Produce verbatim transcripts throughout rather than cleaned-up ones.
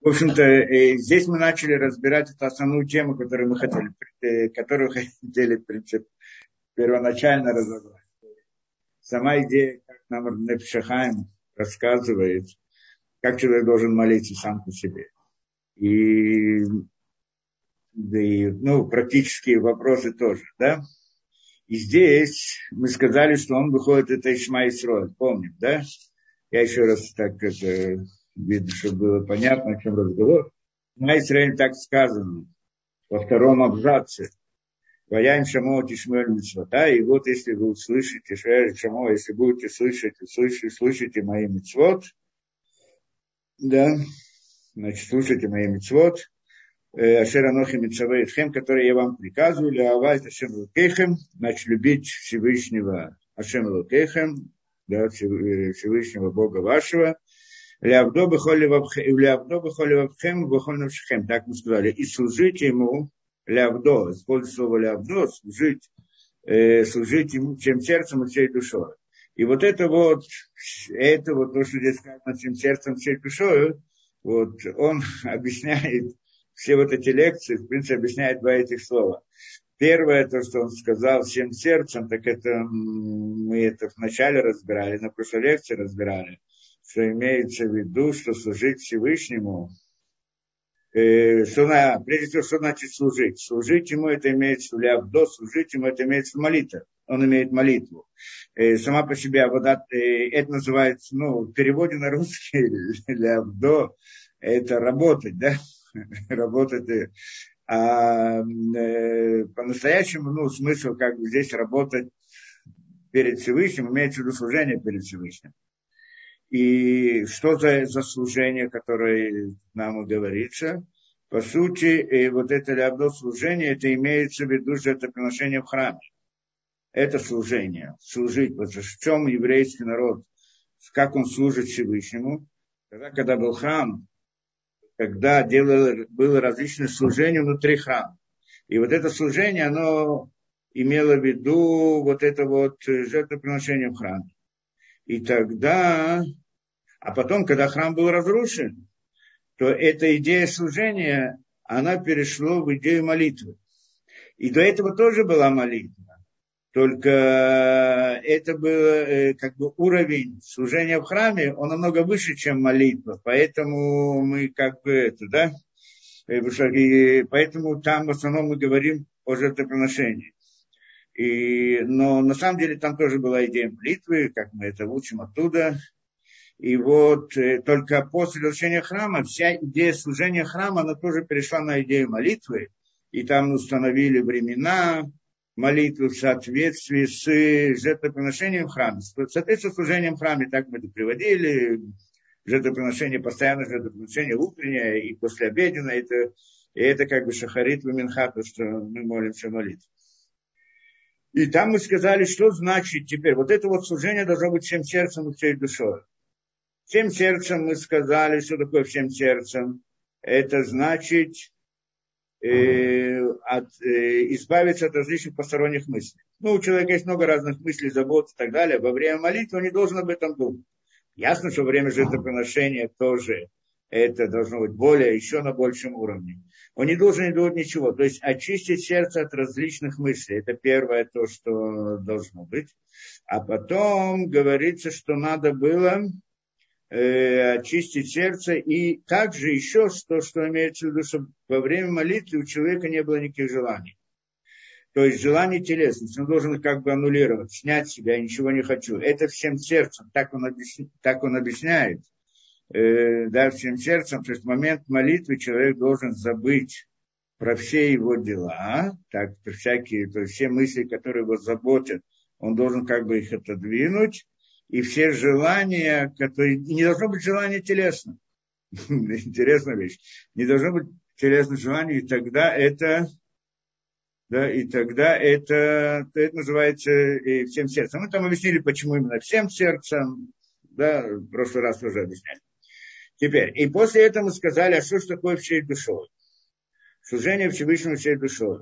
В общем-то, э, здесь мы начали разбирать эту основную тему, которую мы хотели, э, которую хотели, в принципе, первоначально разобрать. Сама идея, как нам Нефеш ха-Хаим рассказывает, как человек должен молиться сам по себе. И, да и ну, практические вопросы тоже, да? И здесь мы сказали, что он выходит, это Ишма Исроэль, помним, да? Я еще раз так это видно, чтобы было понятно, о чем разговор. Ишма Исроэль так сказано во втором абзаце. Ваяем шамо тишмель митцвота. И вот если вы услышите, шамо, если будете слышать, услышите, слышите мои митцвот, да, значит, слушайте мои митцвот, Ашер анохи митцавей тхем, которые я вам приказываю, леавайт Ашем Элокейхем, значит, любить Всевышнего Ашем Элокейхем, да, Всевышнего Бога вашего, леавдо бехоли вавхем, бехоль навшихем, так мы сказали, и служить ему, леавдо, используя слово леавдо, служить, э, служить ему всем сердцем и всей душой. И вот это вот, это вот то, что здесь сказано всем сердцем, всей душой, вот он объясняет, все вот эти лекции, в принципе, объясняет два этих слова. Первое, то, что он сказал всем сердцем, так это мы это вначале разбирали, на прошлой лекции разбирали, что имеется в виду, что служить Всевышнему, э, что на, прежде всего, что значит служить? Служить ему это имеется в виду, служить ему это имеется в молитве. Он имеет молитву. Э, сама по себе аводат, э, это называется, ну, в переводе на русский, лявдо, это работать, да? Работать, а э, по-настоящему, ну, смысл как бы здесь работать перед Всевышним, имеется в виду служение перед Всевышним. И что за, за служение, которое нам и говорится? По сути, и вот это лябдо служение, это имеется в виду жертвоприношение в храме. Это служение, служить, потому что в чем еврейский народ, как он служит Всевышнему, тогда, когда был храм, когда делало, было различные служения внутри храма. И вот это служение, оно имело в виду вот это вот жертвоприношение в храме. И тогда, а потом, когда храм был разрушен, то эта идея служения, она перешла в идею молитвы. И до этого тоже была молитва. Только это был как бы уровень служения в храме, он намного выше, чем молитва. Поэтому мы как бы это, да, и поэтому там в основном мы говорим о жертвоприношении. И, но на самом деле там тоже была идея молитвы, как мы это учим оттуда. И вот только после завершения храма вся идея служения храма, она тоже перешла на идею молитвы. И там установили времена молитвы в соответствии с жертвоприношением в храме. Соответственно, служением в храме, так мы это приводили, жертвоприношение, постоянное жертвоприношение утреннее и послеобеденное, это, и это как бы шахарит в Минха, то, что мы молимся молитву. И там мы сказали, что значит теперь, вот это вот служение должно быть всем сердцем и всей душой. Всем сердцем мы сказали, что такое всем сердцем, это значит Э, от, э, избавиться от различных посторонних мыслей. Ну, у человека есть много разных мыслей, забот и так далее. Во время молитвы он не должен об этом думать. Ясно, что во время жертвоприношения тоже это должно быть более, еще на большем уровне. Он не должен не думать ничего. То есть очистить сердце от различных мыслей. Это первое то, что должно быть. А потом говорится, что надо было очистить сердце, и также еще то, что имеется в виду, чтобы во время молитвы у человека не было никаких желаний. То есть желание телесности, он должен как бы аннулировать, снять себя, я ничего не хочу. Это всем сердцем, так он объясняет, так он объясняет э, да, всем сердцем, то есть в момент молитвы человек должен забыть про все его дела, так, всякие, то есть все мысли, которые его заботят, он должен как бы их отодвинуть. И все желания, которые... И не должно быть желания телесно. Интересная вещь. Не должно быть телесных желаний, и тогда это... Да, и тогда это, это называется и всем сердцем. Мы там объяснили, почему именно всем сердцем. Да, в прошлый раз уже объясняли. Теперь, и после этого мы сказали, а что же такое всей душой? Служение Всевышнему всей душой.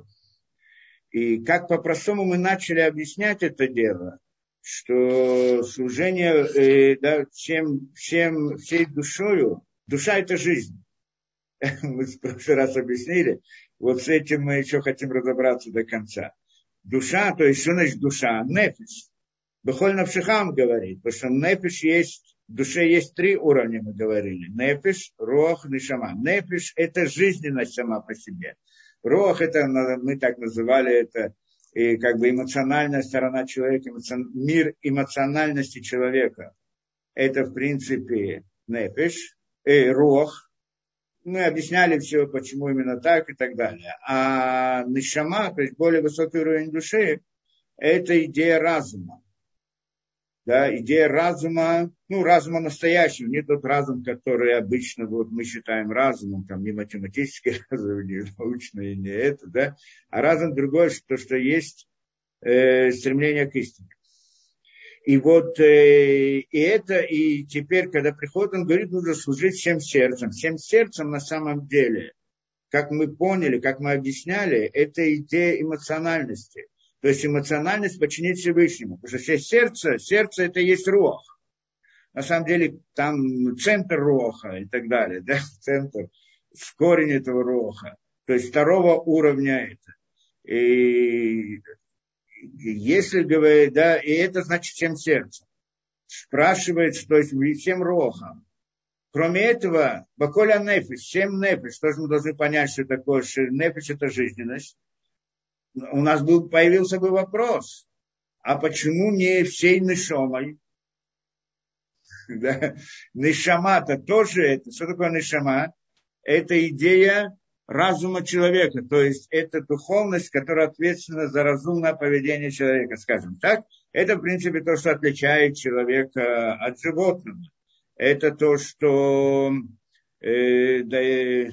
И как по-простому мы начали объяснять это дело, что служение э, да, всем, всем, всей душою, душа – это жизнь. мы в прошлый раз объяснили, вот с этим мы еще хотим разобраться до конца. Душа, то есть что значит душа? Нефиш. Бехоль навшихам говорит, потому что нефиш есть, в душе есть три уровня, мы говорили. Нефиш, рох, нишама. Нефиш – это жизненность сама по себе. Рох – это, мы так называли это, и как бы эмоциональная сторона человека, эмоцион, мир эмоциональности человека. Это, в принципе, нефиш, э, рох. Мы объясняли все, почему именно так и так далее. А нишама, то есть более высокий уровень души, это идея разума. Да, идея разума, ну, разума настоящего, не тот разум, который обычно вот, мы считаем разумом, там, не математический разум, не научный, не это, да, а разум другой, то, что есть э, стремление к истине. И вот э, и это, и теперь, когда приходит, он говорит, нужно служить всем сердцем. Всем сердцем на самом деле, как мы поняли, как мы объясняли, это идея эмоциональности. То есть эмоциональность подчинить Всевышнему. Потому что сердце, сердце это и есть рох. На самом деле там центр роха и так далее. Да? Центр, в корень этого роха. То есть второго уровня это. И если говорить, да, и это значит всем сердцем. Спрашивает, что есть всем рохом. Кроме этого, баколя нефиш, всем нефиш. Тоже мы должны понять, что такое нефиш, это жизненность. У нас был, появился бы вопрос, а почему не всей нишомой? Да? Нишама-то тоже это. Что такое нишама? Это идея разума человека, то есть это духовность, которая ответственна за разумное поведение человека, скажем так. Это, в принципе, то, что отличает человека от животного. Это то, что э, да,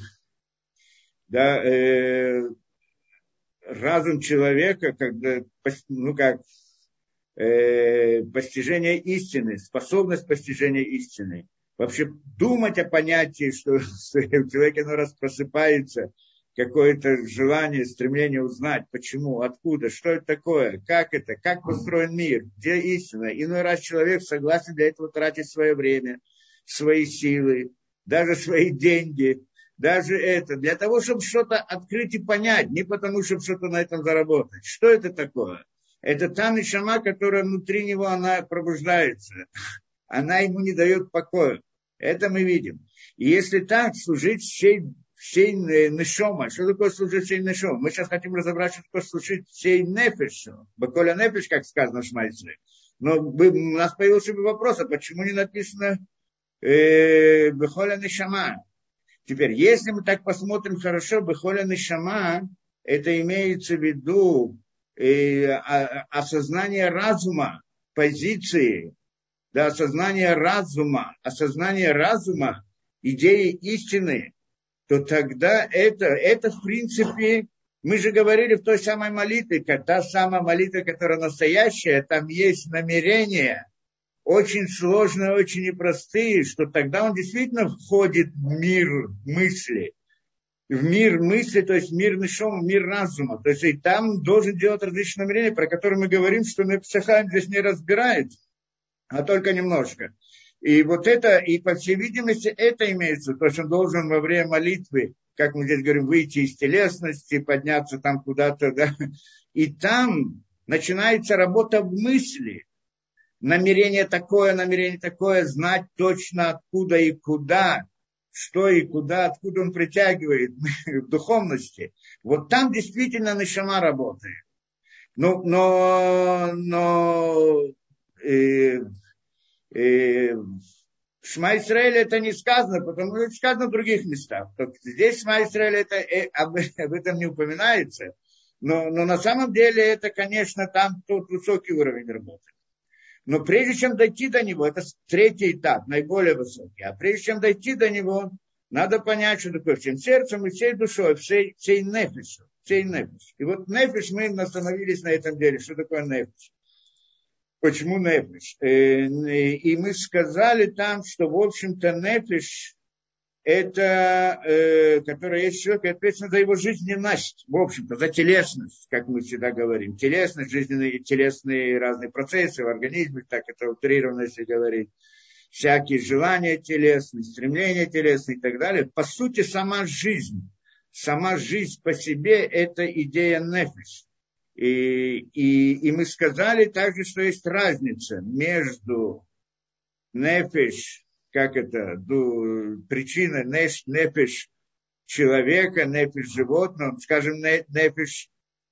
да, э, разум человека, когда, ну как, э, постижение истины, способность постижения истины. Вообще думать о понятии, что у человека иной раз просыпается какое-то желание, стремление узнать, почему, откуда, что это такое, как это, как построен мир, где истина. Иной раз человек согласен для этого тратить свое время, свои силы, даже свои деньги, даже это, для того, чтобы что-то открыть и понять, не потому, чтобы что-то на этом заработать. Что это такое? Это та нишама, которая внутри него, она пробуждается. Она ему не дает покоя. Это мы видим. И если так, служить всей, всей нешома. Что такое служить всей нешома? Мы сейчас хотим разобрать, что такое служить всей нефешу. Баколя нефеш, как сказано в Шмайцле. Но у нас появился бы вопрос, а почему не написано баколя нешама? Теперь, если мы так посмотрим хорошо, баколя нешама, это имеется в виду э, осознание разума, позиции, да, осознание разума, осознание разума, идеи истины, то тогда это, это в принципе, мы же говорили в той самой молитве, та самая молитва, которая настоящая, там есть намерения, очень сложные, очень непростые, что тогда он действительно входит в мир мысли, в мир мысли, то есть мир нишом, мир разума. То есть и там должен делать различные намерения, про которые мы говорим, что Непсахаим здесь не разбирает, а только немножко. И вот это, и по всей видимости, это имеется, то есть он должен во время молитвы, как мы здесь говорим, выйти из телесности, подняться там куда-то, да, и там начинается работа в мысли, намерение такое, намерение такое, знать точно откуда и куда, что и куда, откуда он притягивает в духовности. Вот там действительно нишама работает. Но, но, но э, э, в Шма Исраэль это не сказано, потому что это сказано в других местах. Только здесь в Шма Исраэль это, э, об, об этом не упоминается. Но, но на самом деле это, конечно, там тот высокий уровень работы. Но прежде чем дойти до него, это третий этап, наиболее высокий. А прежде чем дойти до него, надо понять, что такое всем сердцем и всей душой, всей, всей нефишем. Всей нефиш. И вот нефиш, мы остановились на этом деле. Что такое нефиш? Почему нефиш? И мы сказали там, что, в общем-то, нефиш, это, которая есть человек, ответственно за его жизненность, в общем-то, за телесность, как мы всегда говорим. Телесность, жизненные, телесные разные процессы в организме, так это утрированно, если говорить. всякие желания телесные, стремления телесные и так далее. По сути, сама жизнь, сама жизнь по себе – это идея нефиш. И, и, и мы сказали также, что есть разница между нефиш, как это, ду, причина нефиш, нефиш человека, нефиш животного, скажем, нефиш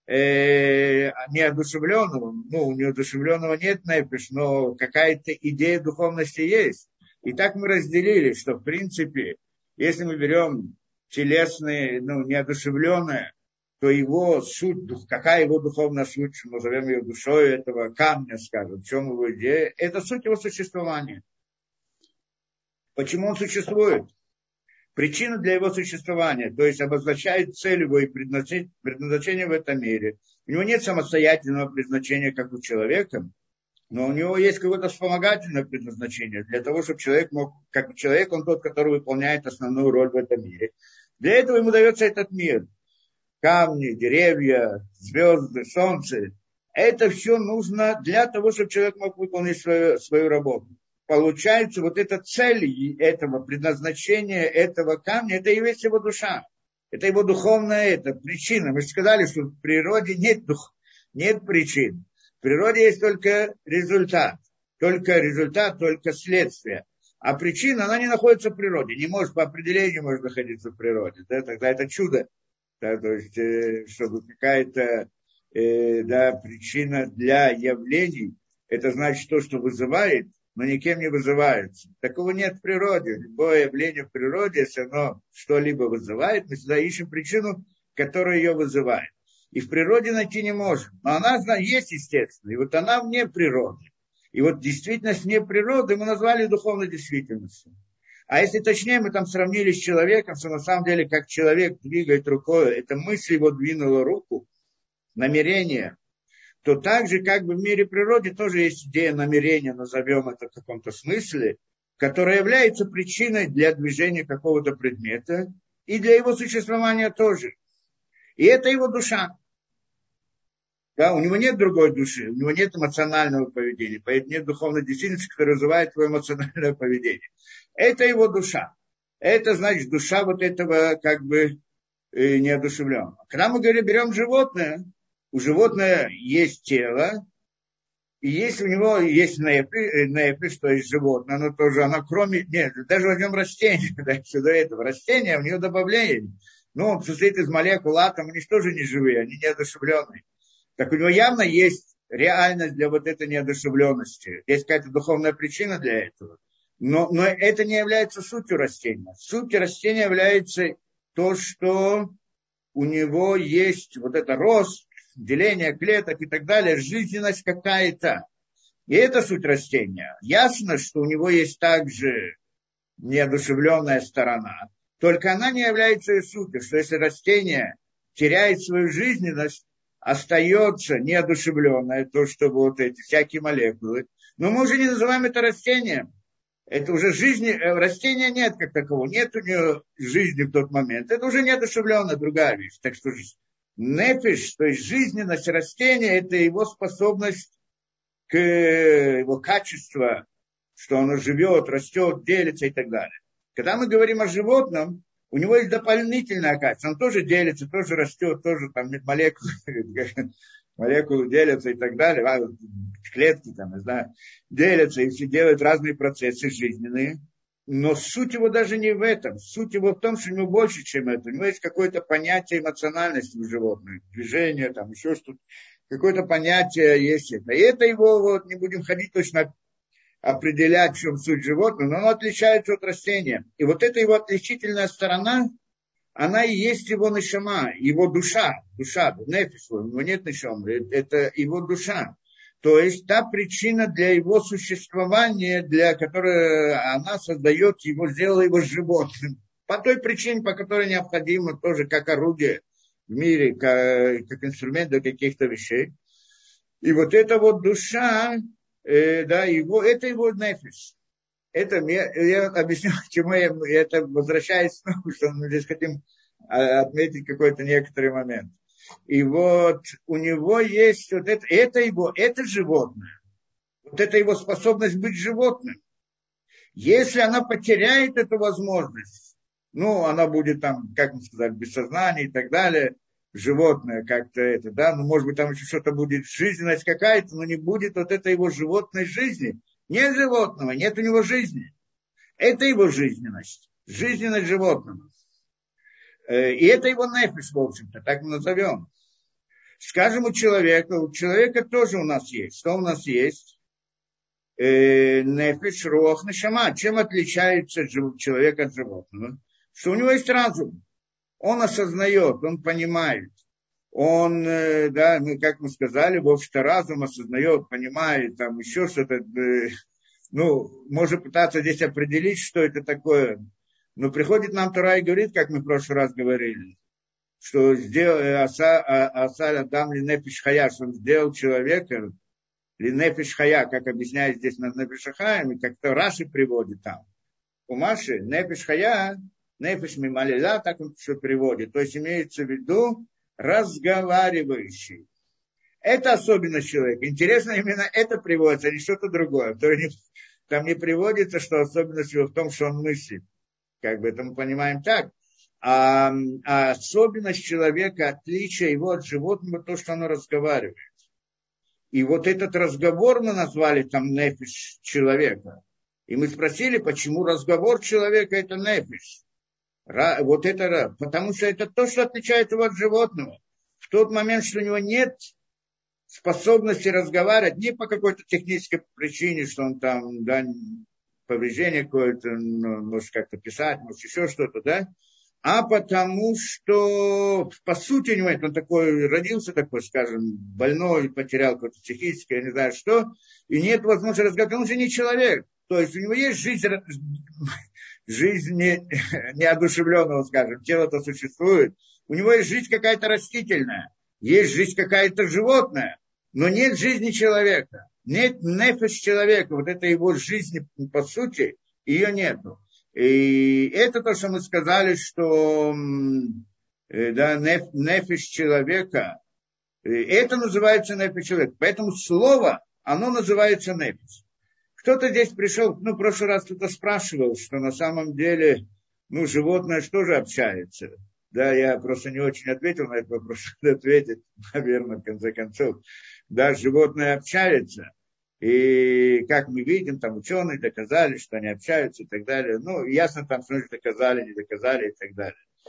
э, неодушевленного. Ну, у неодушевленного нет нефиш, но какая-то идея духовности есть. И так мы разделили, что в принципе, если мы берем телесное, ну, неодушевленное, то его суть, какая его духовная суть, назовем ее душой этого камня, скажем, в чем его идея, это суть его существования. Почему он существует? Причина для его существования, то есть обозначает цель его и предназначение, предназначение в этом мире. У него нет самостоятельного предназначения, как у человека, но у него есть какое-то вспомогательное предназначение для того, чтобы человек мог, как человек, он тот, который выполняет основную роль в этом мире. Для этого ему дается этот мир. Камни, деревья, звезды, солнце. Это все нужно для того, чтобы человек мог выполнить свою, свою работу. Получается, вот эта цель этого предназначения, этого камня, это и есть его душа. Это его духовная это, причина. Мы же сказали, что в природе нет, дух, нет причин. В природе есть только результат. Только результат, только следствие. А причина, она не находится в природе. Не может по определению может находиться в природе. Да, тогда это чудо. Да, то есть, э, чтобы какая-то э, да, причина для явлений, это значит то, что вызывает, но никем не вызывается. Такого нет в природе. Любое явление в природе, если оно что-либо вызывает, мы всегда ищем причину, которая ее вызывает. И в природе найти не можем. Но она есть, естественно. И вот она вне природы. И вот действительность вне природы мы назвали духовной действительностью. А если точнее, мы там сравнили с человеком, что на самом деле, как человек двигает рукой, эта мысль его двинула руку, намерение, то так же, как бы в мире природы тоже есть идея намерения, назовем это в каком-то смысле, которая является причиной для движения какого-то предмета и для его существования тоже. И это его душа. Да, у него нет другой души, у него нет эмоционального поведения, поэтому нет духовной действительности, которая развивает его эмоциональное поведение. Это его душа. Это значит душа вот этого как бы э, неодушевленного. Когда мы говорим, берем животное, у животного есть тело, и если у него есть нефиш, то есть животное, оно тоже, оно кроме, нет, даже возьмем растение, да, еще до этого, растение, у него добавление, ну, он состоит из молекул, атом, они тоже не живые, они неодушевленные. Так у него явно есть реальность для вот этой неодушевленности. Есть какая-то духовная причина для этого. Но, но это не является сутью растения. Сутью растения является то, что у него есть вот это рост, деление клеток и так далее, жизненность какая-то. И это суть растения. Ясно, что у него есть также неодушевленная сторона. Только она не является и сутью. Что если растение теряет свою жизненность, остается неодушевленное, то, что вот эти всякие молекулы. Но мы уже не называем это растением. Это уже жизни, растения нет как такового, нет у нее жизни в тот момент. Это уже неодушевленная другая вещь. Так что нефиш, то есть жизненность растения, это его способность к его качеству, что оно живет, растет, делится и так далее. Когда мы говорим о животном, у него есть дополнительное качество. Он тоже делится, тоже растет, тоже там молекулы, молекулы делятся и так далее. Клетки там, не знаю, делятся и все делают разные процессы жизненные. Но суть его даже не в этом. Суть его в том, что у него больше, чем это. У него есть какое-то понятие эмоциональности у животных. Движение, там еще что-то. Какое-то понятие есть это. И это его, вот, не будем ходить точно определять, в чем суть животного, но оно отличается от растения. И вот эта его отличительная сторона, она и есть его нешама, его душа, душа, нефиш, у него нет нешама, это его душа. То есть та причина для его существования, для которой она создает его, сделала его животным. По той причине, по которой необходимо тоже как орудие в мире, как, как инструмент для каких-то вещей. И вот эта вот душа, Э, да, его, это его нефиш. Это я, я объясню, к чему я, я это возвращаюсь снова, что мы здесь хотим отметить какой-то некоторый момент. И вот у него есть вот это, это его, это животное. Вот это его способность быть животным. Если она потеряет эту возможность, ну, она будет там, как мы сказали, без сознания и так далее, животное как-то это, да, ну, может быть, там еще что-то будет, жизненность какая-то, но не будет вот этой его животной жизни. Нет животного, нет у него жизни. Это его жизненность, жизненность животного. И это его нефиш, в общем-то, так мы назовем. Скажем, у человека, у человека тоже у нас есть. Что у нас есть? Нефиш, руах, нешама. Чем отличается человек от животного? Что у него есть разум. Он осознает, он понимает. Он, да, ну, как мы сказали, в общем-то разум осознает, понимает, там еще что-то. Ну, можно пытаться здесь определить, что это такое. Но приходит нам Тора и говорит, как мы в прошлый раз говорили, что сделал Аса Адам Линефиш Хая, что он сделал человека Линефиш Хая, как объясняет здесь на Нефиш Хаям, и как-то Раши приводит там. У Маши Нефиш Хая, Нефиш Мималила, так он все приводит. То есть имеется в виду разговаривающий. Это особенность человека. Интересно, именно это приводится, а не что-то другое. Там не приводится, что особенность его в том, что он мыслит. Как бы это мы понимаем так. А, а особенность человека, отличие его от животного, то, что оно разговаривает. И вот этот разговор мы назвали там нефиш человека. И мы спросили, почему разговор человека это нефиш. Вот это, потому что это то, что отличает его от животного. В тот момент, что у него нет способности разговаривать, не по какой-то технической причине, что он там, да, повреждение какое-то, ну, может как-то писать, может еще что-то, да, а потому что, по сути, у него, он такой, родился такой, скажем, больной, потерял какое-то психическое, я не знаю что, и нет возможности разговаривать, он же не человек, то есть у него есть жизнь, жизнь не, неодушевленного, скажем, тело-то существует, у него есть жизнь какая-то растительная, есть жизнь какая-то животная, но нет жизни человека, нет нефиш человека, вот это его жизнь, по сути, ее нету. И это то, что мы сказали, что да, неф, нефиш человека, это называется нефиш человека. Поэтому слово, оно называется нефиш. Кто-то здесь пришел, ну, в прошлый раз кто-то спрашивал, что на самом деле, ну, животное что же общается. Да, я просто не очень ответил на этот вопрос, ответить, наверное, в конце концов. Да, животное общается. И как мы видим, там ученые доказали, что они общаются и так далее. Ну, ясно там, что они доказали, не доказали и так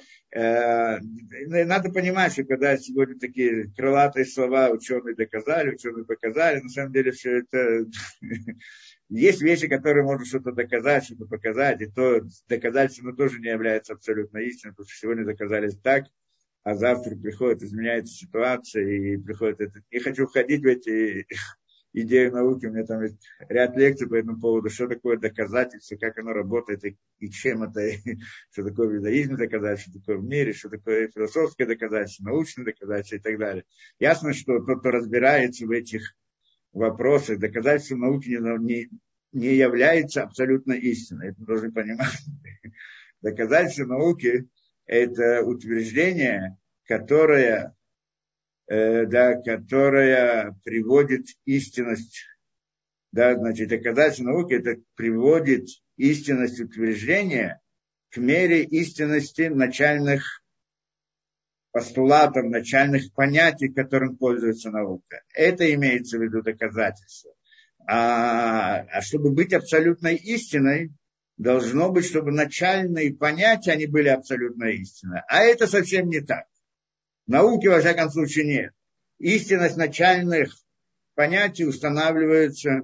далее. Надо понимать, что когда сегодня такие крылатые слова ученые доказали, ученые показали, на самом деле все это... Есть вещи, которые можно что-то доказать, что-то показать, и то доказательство тоже не является абсолютно истиной, потому что сегодня доказали так, а завтра приходит, изменяется ситуация, и приходит это... Не хочу входить в эти... идею науки, у меня там есть ряд лекций по этому поводу, что такое доказательство, как оно работает, и, и чем это, и, что такое в иудаизме доказательство, что такое в мире, что такое философское доказательство, научное доказательство и так далее. Ясно, что тот, кто разбирается в этих вопросах, доказательство науки не, не, не является абсолютно истиной, это должны понимать. Доказательство науки – это утверждение, которое... да, которая приводит истинность, да, значит, доказательство науки, это приводит истинность утверждения к мере истинности начальных постулатов, начальных понятий, которым пользуется наука. Это имеется в виду доказательство. А, а чтобы быть абсолютной истиной, должно быть, чтобы начальные понятия, они были абсолютно истинны. А это совсем не так. Науки, во всяком случае, нет. Истинность начальных понятий устанавливается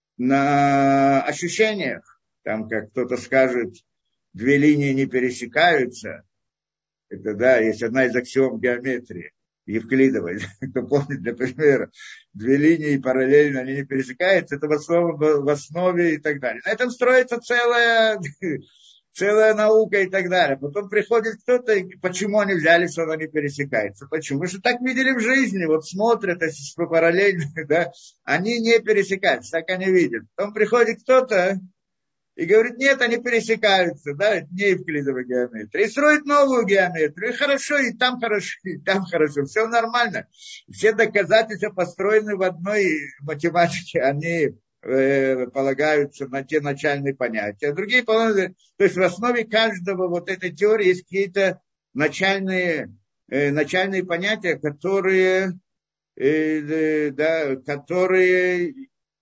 на ощущениях. Там, как кто-то скажет, две линии не пересекаются. Это, да, есть одна из аксиом геометрии, евклидовой. Кто помнит, например, две линии параллельно, они не пересекаются. Это в основе, в основе и так далее. На этом строится целая... целая наука и так далее. Потом приходит кто-то, и почему они взяли, что оно не пересекается? Почему? Потому что так видели в жизни, вот смотрят, если параллельно, да, они не пересекаются, так они видят. Потом приходит кто-то и говорит, нет, они пересекаются, да, это не евклидовая геометрия. И строит новую геометрию, и хорошо, и там хорошо, и там хорошо, все нормально. Все доказательства построены в одной математике, они... э, полагаются на те начальные понятия. Другие полагаются, то есть в основе каждого вот этой теории есть какие-то начальные, э, начальные понятия, которые, э, да, которые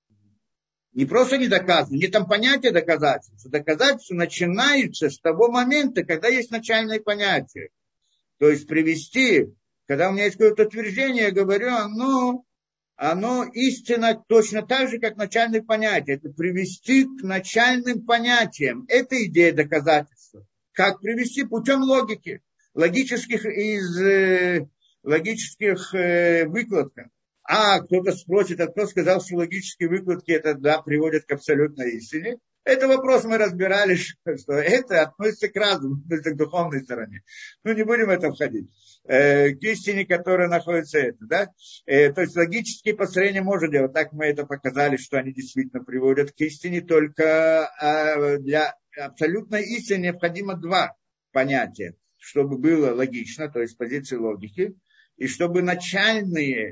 не просто не доказаны, не там понятие доказательства. Доказательства начинаются с того момента, когда есть начальные понятия. То есть привести, когда у меня есть какое-то утверждение, я говорю, оно, оно истинно точно так же, как начальные понятия. Это привести к начальным понятиям. Это идея доказательства. Как привести? Путем логики. Логических из э, логических э, выкладок. А кто-то спросит, а кто сказал, что логические выкладки это да, приводят к абсолютной истине? Это вопрос мы разбирали, что это относится к разуму, относится к духовной стороне. Ну, не будем в это входить. Э, к истине, которая находится это, да? Э, то есть логические построения можно делать. Так мы это показали, что они действительно приводят к истине, только э, для абсолютной истины необходимо два понятия. Чтобы было логично, то есть с позиции логики, и чтобы начальные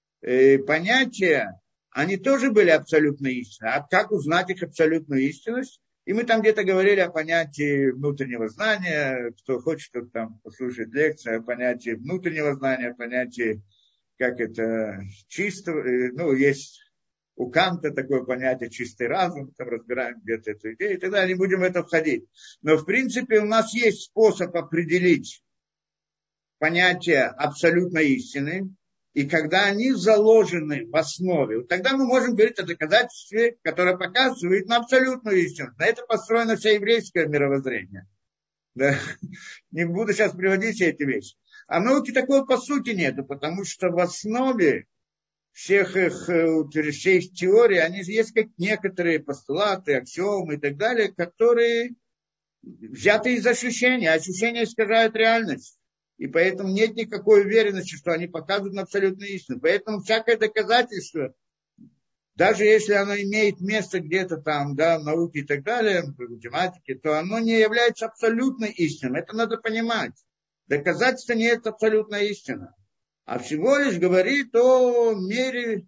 понятия, они тоже были абсолютно истинны. А как узнать их абсолютную истинность? И мы там где-то говорили о понятии внутреннего знания. Кто хочет, тот там послушает лекцию о понятии внутреннего знания, о понятии, как это чистого. Ну, есть у Канта такое понятие чистый разум. Там разбираем где-то эту идею. И тогда не будем в это входить. Но, в принципе, у нас есть способ определить понятие абсолютной истины. И когда они заложены в основе, вот тогда мы можем говорить о доказательстве, которое показывает на абсолютную истину. На это построено все еврейское мировоззрение. Да. Не буду сейчас приводить все эти вещи. А науки такого по сути нету, потому что в основе всех их, всех их теорий, они же есть как некоторые постулаты, аксиомы и так далее, которые взяты из ощущения. Ощущения искажают реальность. И поэтому нет никакой уверенности, что они показывают на абсолютную истину. Поэтому всякое доказательство, даже если оно имеет место где-то там, да, в науке и так далее, в математике, то оно не является абсолютной истиной. Это надо понимать. Доказательство не есть абсолютная истина. А всего лишь говорит о мере,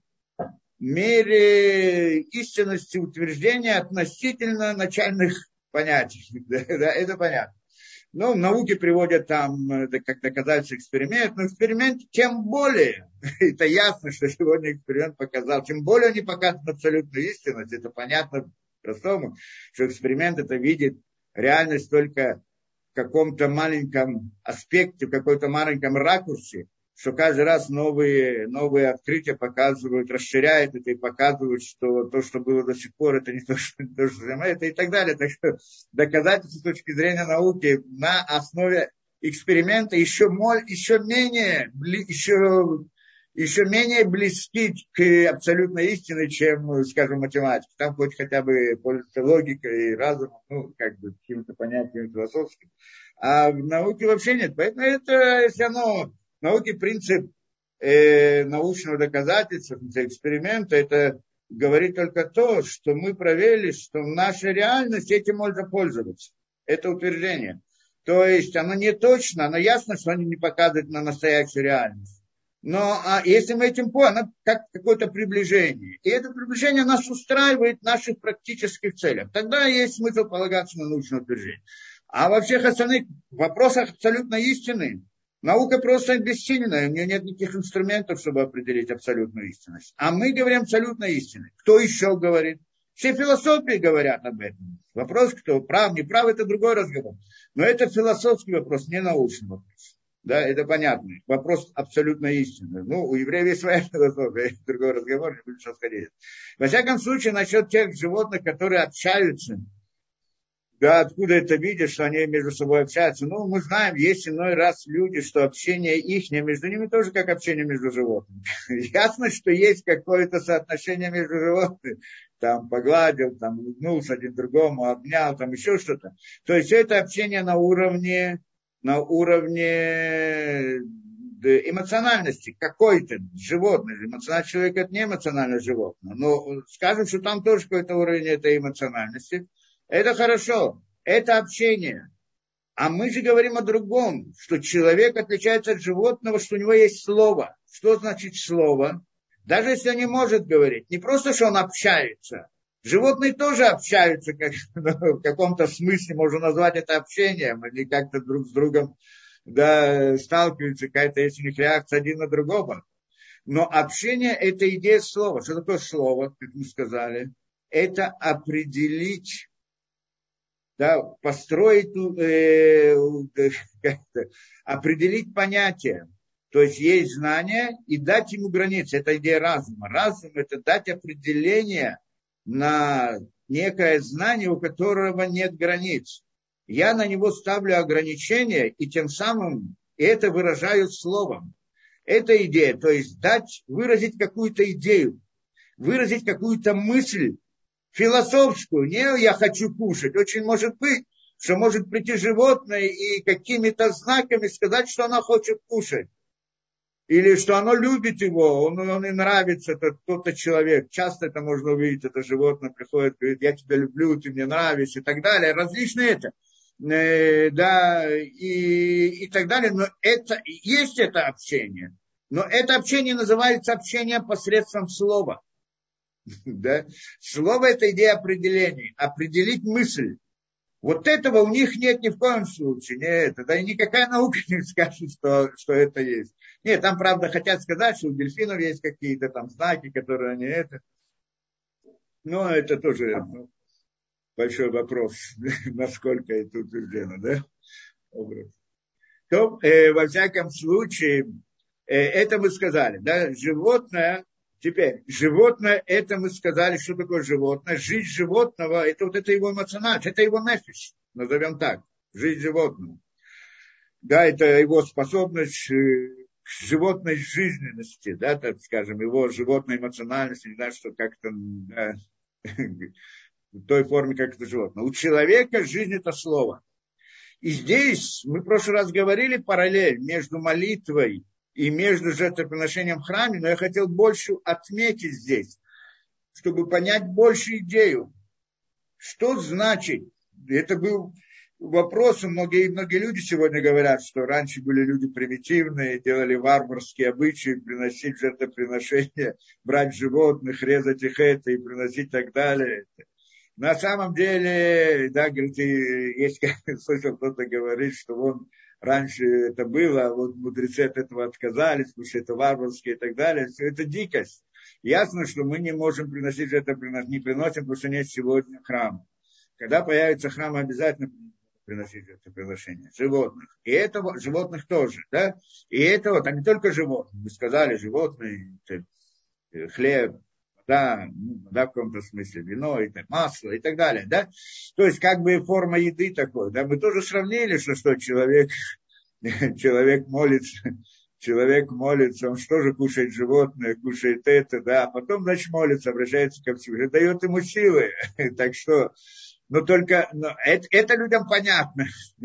мере истинности утверждения относительно начальных понятий. Да, это понятно. Ну, в науке приводят там, как доказательство эксперимент, но эксперимент тем более, это ясно, что сегодня эксперимент показал, тем более они показывают абсолютную истинность, это понятно простому, что эксперимент это видит реальность только в каком-то маленьком аспекте, в какой-то маленьком ракурсе, что каждый раз новые, новые открытия показывают, расширяют это и показывают, что то, что было до сих пор, это не то, что, то, что это и так далее. Так что доказательства с точки зрения науки на основе эксперимента еще, еще, менее, еще, еще менее близки к абсолютной истине, чем, скажем, математика. Там хоть хотя бы пользуется логикой и разумом, ну, как бы, какими-то понятиями философскими. А в науке вообще нет. Поэтому это, если оно... В науке принцип э, научного доказательства, эксперимента, это говорит только то, что мы проверили, что в нашей реальности этим можно пользоваться. Это утверждение. То есть оно не точно, оно ясно, что оно не показывает на настоящую реальность. Но а если мы этим поняли, оно как какое-то приближение. И это приближение нас устраивает в наших практических целях. Тогда есть смысл полагаться на научное утверждение. А во всех остальных вопросах абсолютно истины, наука просто бессильная, у нее нет никаких инструментов, чтобы определить абсолютную истинность. А мы говорим абсолютной истиной. Кто еще говорит? Все философии говорят об этом. Вопрос, кто прав, не прав, это другой разговор. Но это философский вопрос, не научный вопрос. Да, это понятно. Вопрос абсолютно истинный. Ну, у евреев есть своя философия, это другой разговор, не буду сейчас ходить. Во всяком случае, насчет тех животных, которые общаются, да, откуда это видишь, что они между собой общаются? Ну, мы знаем, есть иной раз люди, что общение их, между ними тоже как общение между животными. Ясно, что есть какое-то соотношение между животными. Там погладил, там улыбнулся один другому, обнял, там еще что-то. То есть это общение на уровне, на уровне эмоциональности какой-то животное. Эмоциональный человек это не эмоциональное животное. Но скажем, что там тоже какой-то уровень этой эмоциональности. Это хорошо, это общение. А мы же говорим о другом, что человек отличается от животного, что у него есть слово. Что значит слово? Даже если он не может говорить. Не просто, что он общается. Животные тоже общаются как, ну, в каком-то смысле, можно назвать это общением. Они как-то друг с другом да, сталкиваются, какая-то есть у них реакция один на другого. Но общение – это идея слова. Что такое слово, как мы сказали? Это определить, да, построить, э, как-то, определить понятие. То есть есть знание и дать ему границы. Это идея разума. Разум – это дать определение на некое знание, у которого нет границ. Я на него ставлю ограничения, и тем самым это выражаю словом. Это идея, то есть дать, выразить какую-то идею, выразить какую-то мысль философскую. Не я хочу кушать. Очень может быть, что может прийти животное и какими-то знаками сказать, что оно хочет кушать. Или что оно любит его, он, он и нравится, это тот-то человек. Часто это можно увидеть, это животное приходит, говорит, я тебя люблю, ты мне нравишься и так далее. Различные это. Э, да, и, и так далее. Но это, есть это общение. Но это общение называется общение посредством слова. Да? Слово – это идея определения. Определить мысль. Вот этого у них нет ни в коем случае. Нет, да и никакая наука не скажет, что, что это есть. Нет, там, правда, хотят сказать, что у дельфинов есть какие-то там знаки, которые они это. Но это тоже ну, большой вопрос, насколько это утверждено, да? То, э, во всяком случае, э, это мы сказали, да, животное. Теперь, животное, это мы сказали, что такое животное. Жизнь животного, это вот это его эмоциональность, это его нефиш, назовем так, жизнь животного. Да, это его способность к животной жизненности, да, так скажем, его животной эмоциональности, не знаю, что как-то, да, в той форме, как это животное. У человека жизнь – это слово. И здесь мы в прошлый раз говорили параллель между молитвой и между жертвоприношением в храме, но я хотел больше отметить здесь, чтобы понять больше идею. Что значит? Это был вопрос, многие, многие люди сегодня говорят, что раньше были люди примитивные, делали варварские обычаи, приносить жертвоприношения, брать животных, резать их это и приносить и так далее. На самом деле, да, говорит, есть, как слышал, кто-то говорит, что вон раньше это было, а вот мудрецы от этого отказались, потому что это варварские и так далее. Все это дикость. Ясно, что мы не можем приносить это, не приносим, потому что нет сегодня храма. Когда появится храм, обязательно приносить это приношение животных. И это животных тоже, да. И это вот, а не только животных. Мы сказали, животные, хлеб, да, да, в каком-то смысле вино, и масло и так далее, да. То есть как бы форма еды такой, да. Мы тоже сравнили, что, что человек, человек молится, человек молится, он что же кушает животное, кушает это, да, а потом, значит, молится, обращается ко Всевышнему, дает ему силы, так что, но только, но это, это людям понятно,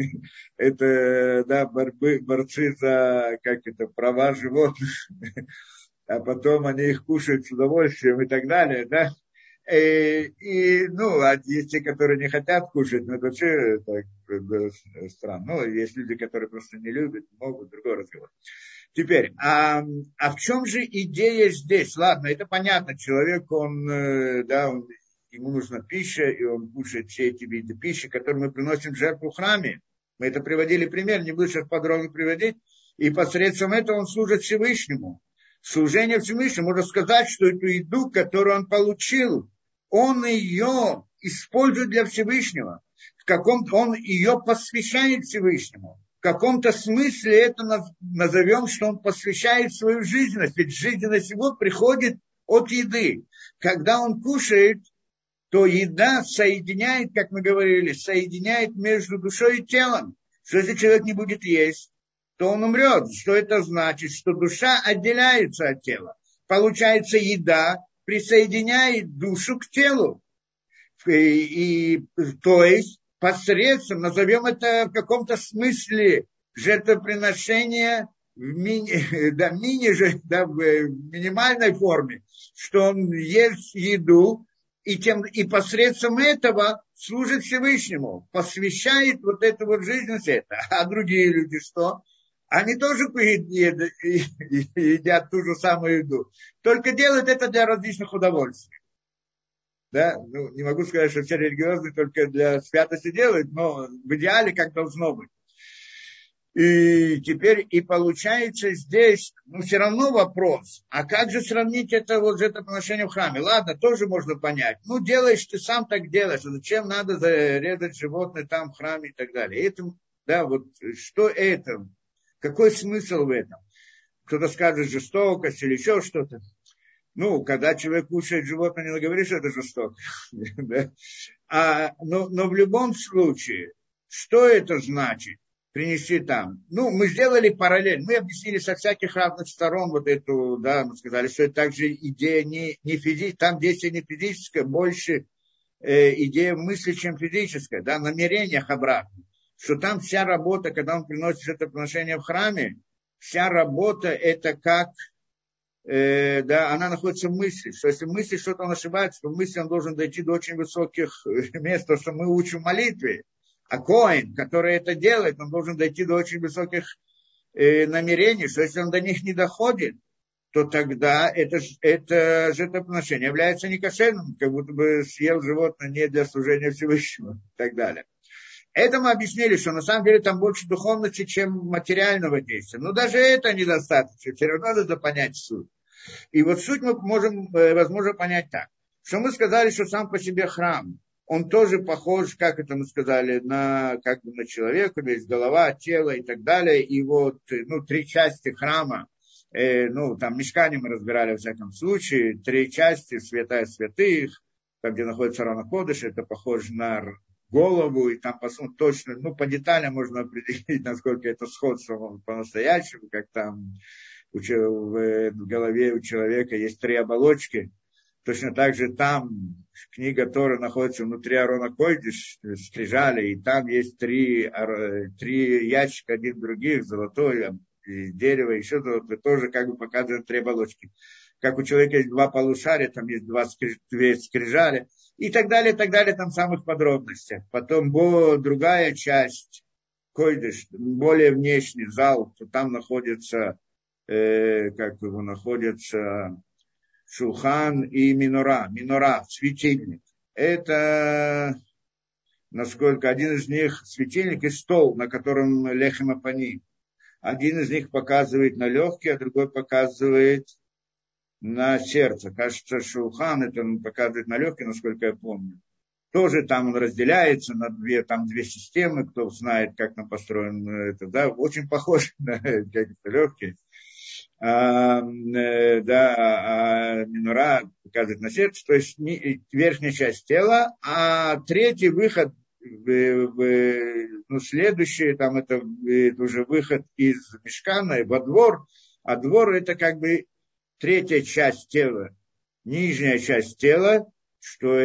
это, да, борьбы, борцы за, как это, права животных, а потом они их кушают с удовольствием и так далее, да. И, и ну, а есть те, которые не хотят кушать, но это вообще так, да, странно. Ну, есть люди, которые просто не любят, могут, другой разговор. Теперь, а, а в чем же идея здесь? Ладно, это понятно, человек, он, да, он, ему нужна пища, и он кушает все эти виды пищи, которые мы приносим в жертву в храме. Мы это приводили пример, не буду сейчас подробно приводить. И посредством этого он служит Всевышнему. Служение Всевышнему, можно сказать, что эту еду, которую он получил, он ее использует для Всевышнего. В каком-то, он ее посвящает Всевышнему. В каком-то смысле это назовем, что он посвящает свою жизненность. Ведь жизненность его приходит от еды. Когда он кушает, то еда соединяет, как мы говорили, соединяет между душой и телом. Что если человек не будет есть, то он умрет. Что это значит? Что душа отделяется от тела. Получается, еда присоединяет душу к телу. И, и, то есть, посредством, назовем это в каком-то смысле, жертвоприношение в, мини, да, мини, да, в минимальной форме, что он ест еду, и, тем, и посредством этого служит Всевышнему, посвящает вот эту вот жизненность это. А другие люди что? Они тоже едят ту же самую еду. Только делают это для различных удовольствий. Да? Ну, не могу сказать, что все религиозные только для святости делают, но в идеале как должно быть. И теперь и получается здесь, ну, все равно вопрос, а как же сравнить это вот с жертвоприношением в храме? Ладно, тоже можно понять. Ну, делаешь, ты сам так делаешь, а зачем надо зарезать животное там в храме и так далее. И это, да, вот что это? Какой смысл в этом? Кто-то скажет жестокость или еще что-то. Ну, когда человек кушает животное, не говоришь, что это жестоко. а, но, но в любом случае, что это значит? Принести там. Ну, мы сделали параллель. Мы объяснили со всяких разных сторон вот эту, да, мы сказали, что это также идея не, не физическая, там действие не физическое, больше э, идея мысли, чем физическая, да, намерениях обратно. Что там вся работа, когда он приносит это приношение в храме, вся работа это как, э, да, она находится в мысли. Что если в мысли что-то он ошибается, то в мысли он должен дойти до очень высоких мест, то, что мы учим в молитве. А коэн, который это делает, он должен дойти до очень высоких э, намерений, что если он до них не доходит, то тогда это, это жертвоприношение является некошерным, как будто бы съел животное не для служения Всевышнего и так далее. Это мы объяснили, что на самом деле там больше духовности, чем материального действия. Но даже это недостаточно, все равно надо понять суть. И вот суть мы можем, возможно, понять так, что мы сказали, что сам по себе храм, он тоже похож, как это мы сказали, на, как бы на человека, есть голова, тело и так далее. И вот, ну, три части храма, э, ну, там мишкане мы разбирали во всяком случае, три части, святая святых, там, где находится Арон ха-Кодеш, это похоже на голову, и там посмотреть точно, ну, по деталям можно определить, насколько это сходство по-настоящему, как там в голове у человека есть три оболочки. Точно так же там книга Торы находится внутри Арона Койдиш, скрижали, и там есть три, три ящика один других, золотой, дерево, еще золотое, тоже как бы показывают три оболочки. Как у человека есть два полушария, там есть два две скрижали, и так далее, и так далее, там в самых подробностях. Потом другая часть, Койдиш, более внешний зал, то там находится, э, как его находится... Шулхан и минора. Минора, светильник. Это, насколько один из них светильник и стол, на котором лехем апани. Один из них показывает на легкие, а другой показывает на сердце. Кажется, шулхан это он показывает на легкие, насколько я помню. Тоже там он разделяется на две, там две системы, кто знает, как там построен это, да, очень похож на какие-то легкие. А, да, а минора показывает на сердце, то есть верхняя часть тела, а третий выход, в, в, ну, следующий, там это, это уже выход из мишкана во двор, а двор это как бы третья часть тела, нижняя часть тела, что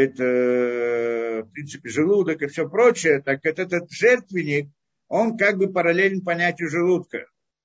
это, в принципе, желудок и все прочее, так как этот жертвенник, он как бы параллелен понятию желудка.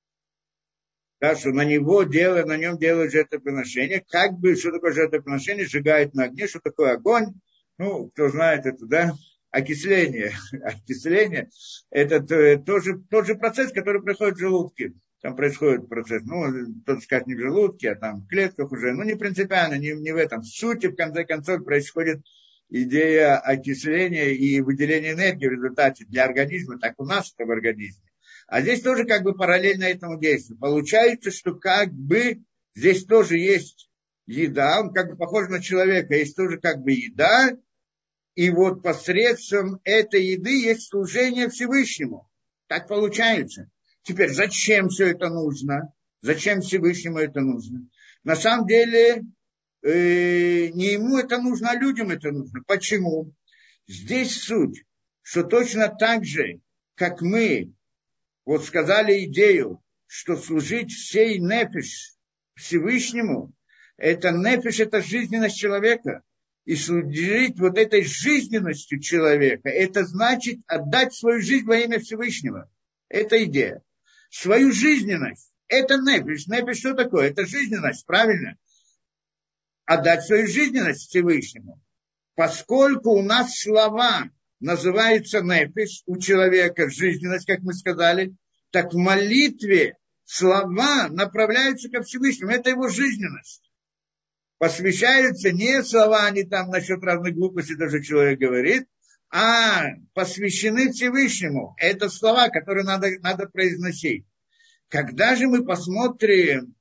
Да, что на него делают, на нем делают жертвоприношение. Как бы, что такое жертвоприношение? Сжигают на огне. Что такое огонь? Ну, кто знает это, да? Окисление. Окисление – это тоже тот же процесс, который происходит в желудке. Там происходит процесс, ну, кто-то скажет не в желудке, а там в клетках уже. Ну, не принципиально, не, не в этом. В сути, в конце концов, происходит идея окисления и выделения энергии в результате для организма, так у нас это в организме. А здесь тоже как бы параллельно этому действию. Получается, что как бы здесь тоже есть еда, он как бы похож на человека, есть тоже как бы еда, и вот посредством этой еды есть служение Всевышнему. Так получается. Теперь, зачем все это нужно? Зачем Всевышнему это нужно? На самом деле, э, не ему это нужно, а людям это нужно. Почему? Здесь суть, что точно так же, как мы вот сказали идею, что служить всей нефиш Всевышнему, это нефиш, это жизненность человека. И служить вот этой жизненностью человека, это значит отдать свою жизнь во имя Всевышнего. Это идея. Свою жизненность. Это нефиш. Нефиш что такое? Это жизненность, правильно? Отдать свою жизненность Всевышнему. Поскольку у нас слова называются нефиш, у человека жизненность, как мы сказали, Так в молитве слова направляются ко Всевышнему. Это его жизненность. Посвящаются не слова, они там насчет разных глупостей даже человек говорит, а посвящены Всевышнему. Это слова, которые надо, надо произносить. Когда же мы посмотрим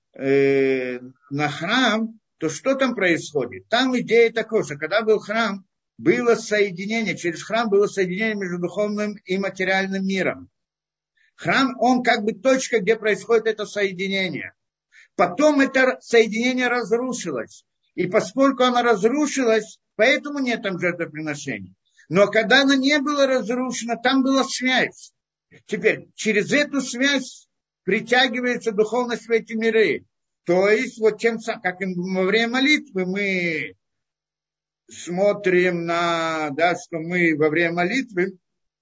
э, на храм, то что там происходит? Там идея такая, что когда был храм, было соединение, через храм было соединение между духовным и материальным миром. Храм, он как бы точка, где происходит это соединение. Потом это соединение разрушилось. И поскольку оно разрушилось, поэтому нет там жертвоприношений. Но когда оно не было разрушено, там была связь. Теперь через эту связь притягивается духовность в эти миры. То есть, вот тем самым, как во время молитвы мы смотрим на, да, что мы во время молитвы,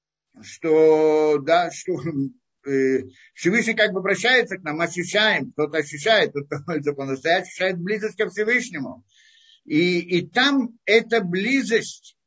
что, да, что э, Всевышний как бы обращается к нам, ощущаем, кто-то ощущает, кто-то по-настоящему ощущает близость ко Всевышнему. И, и там эта близость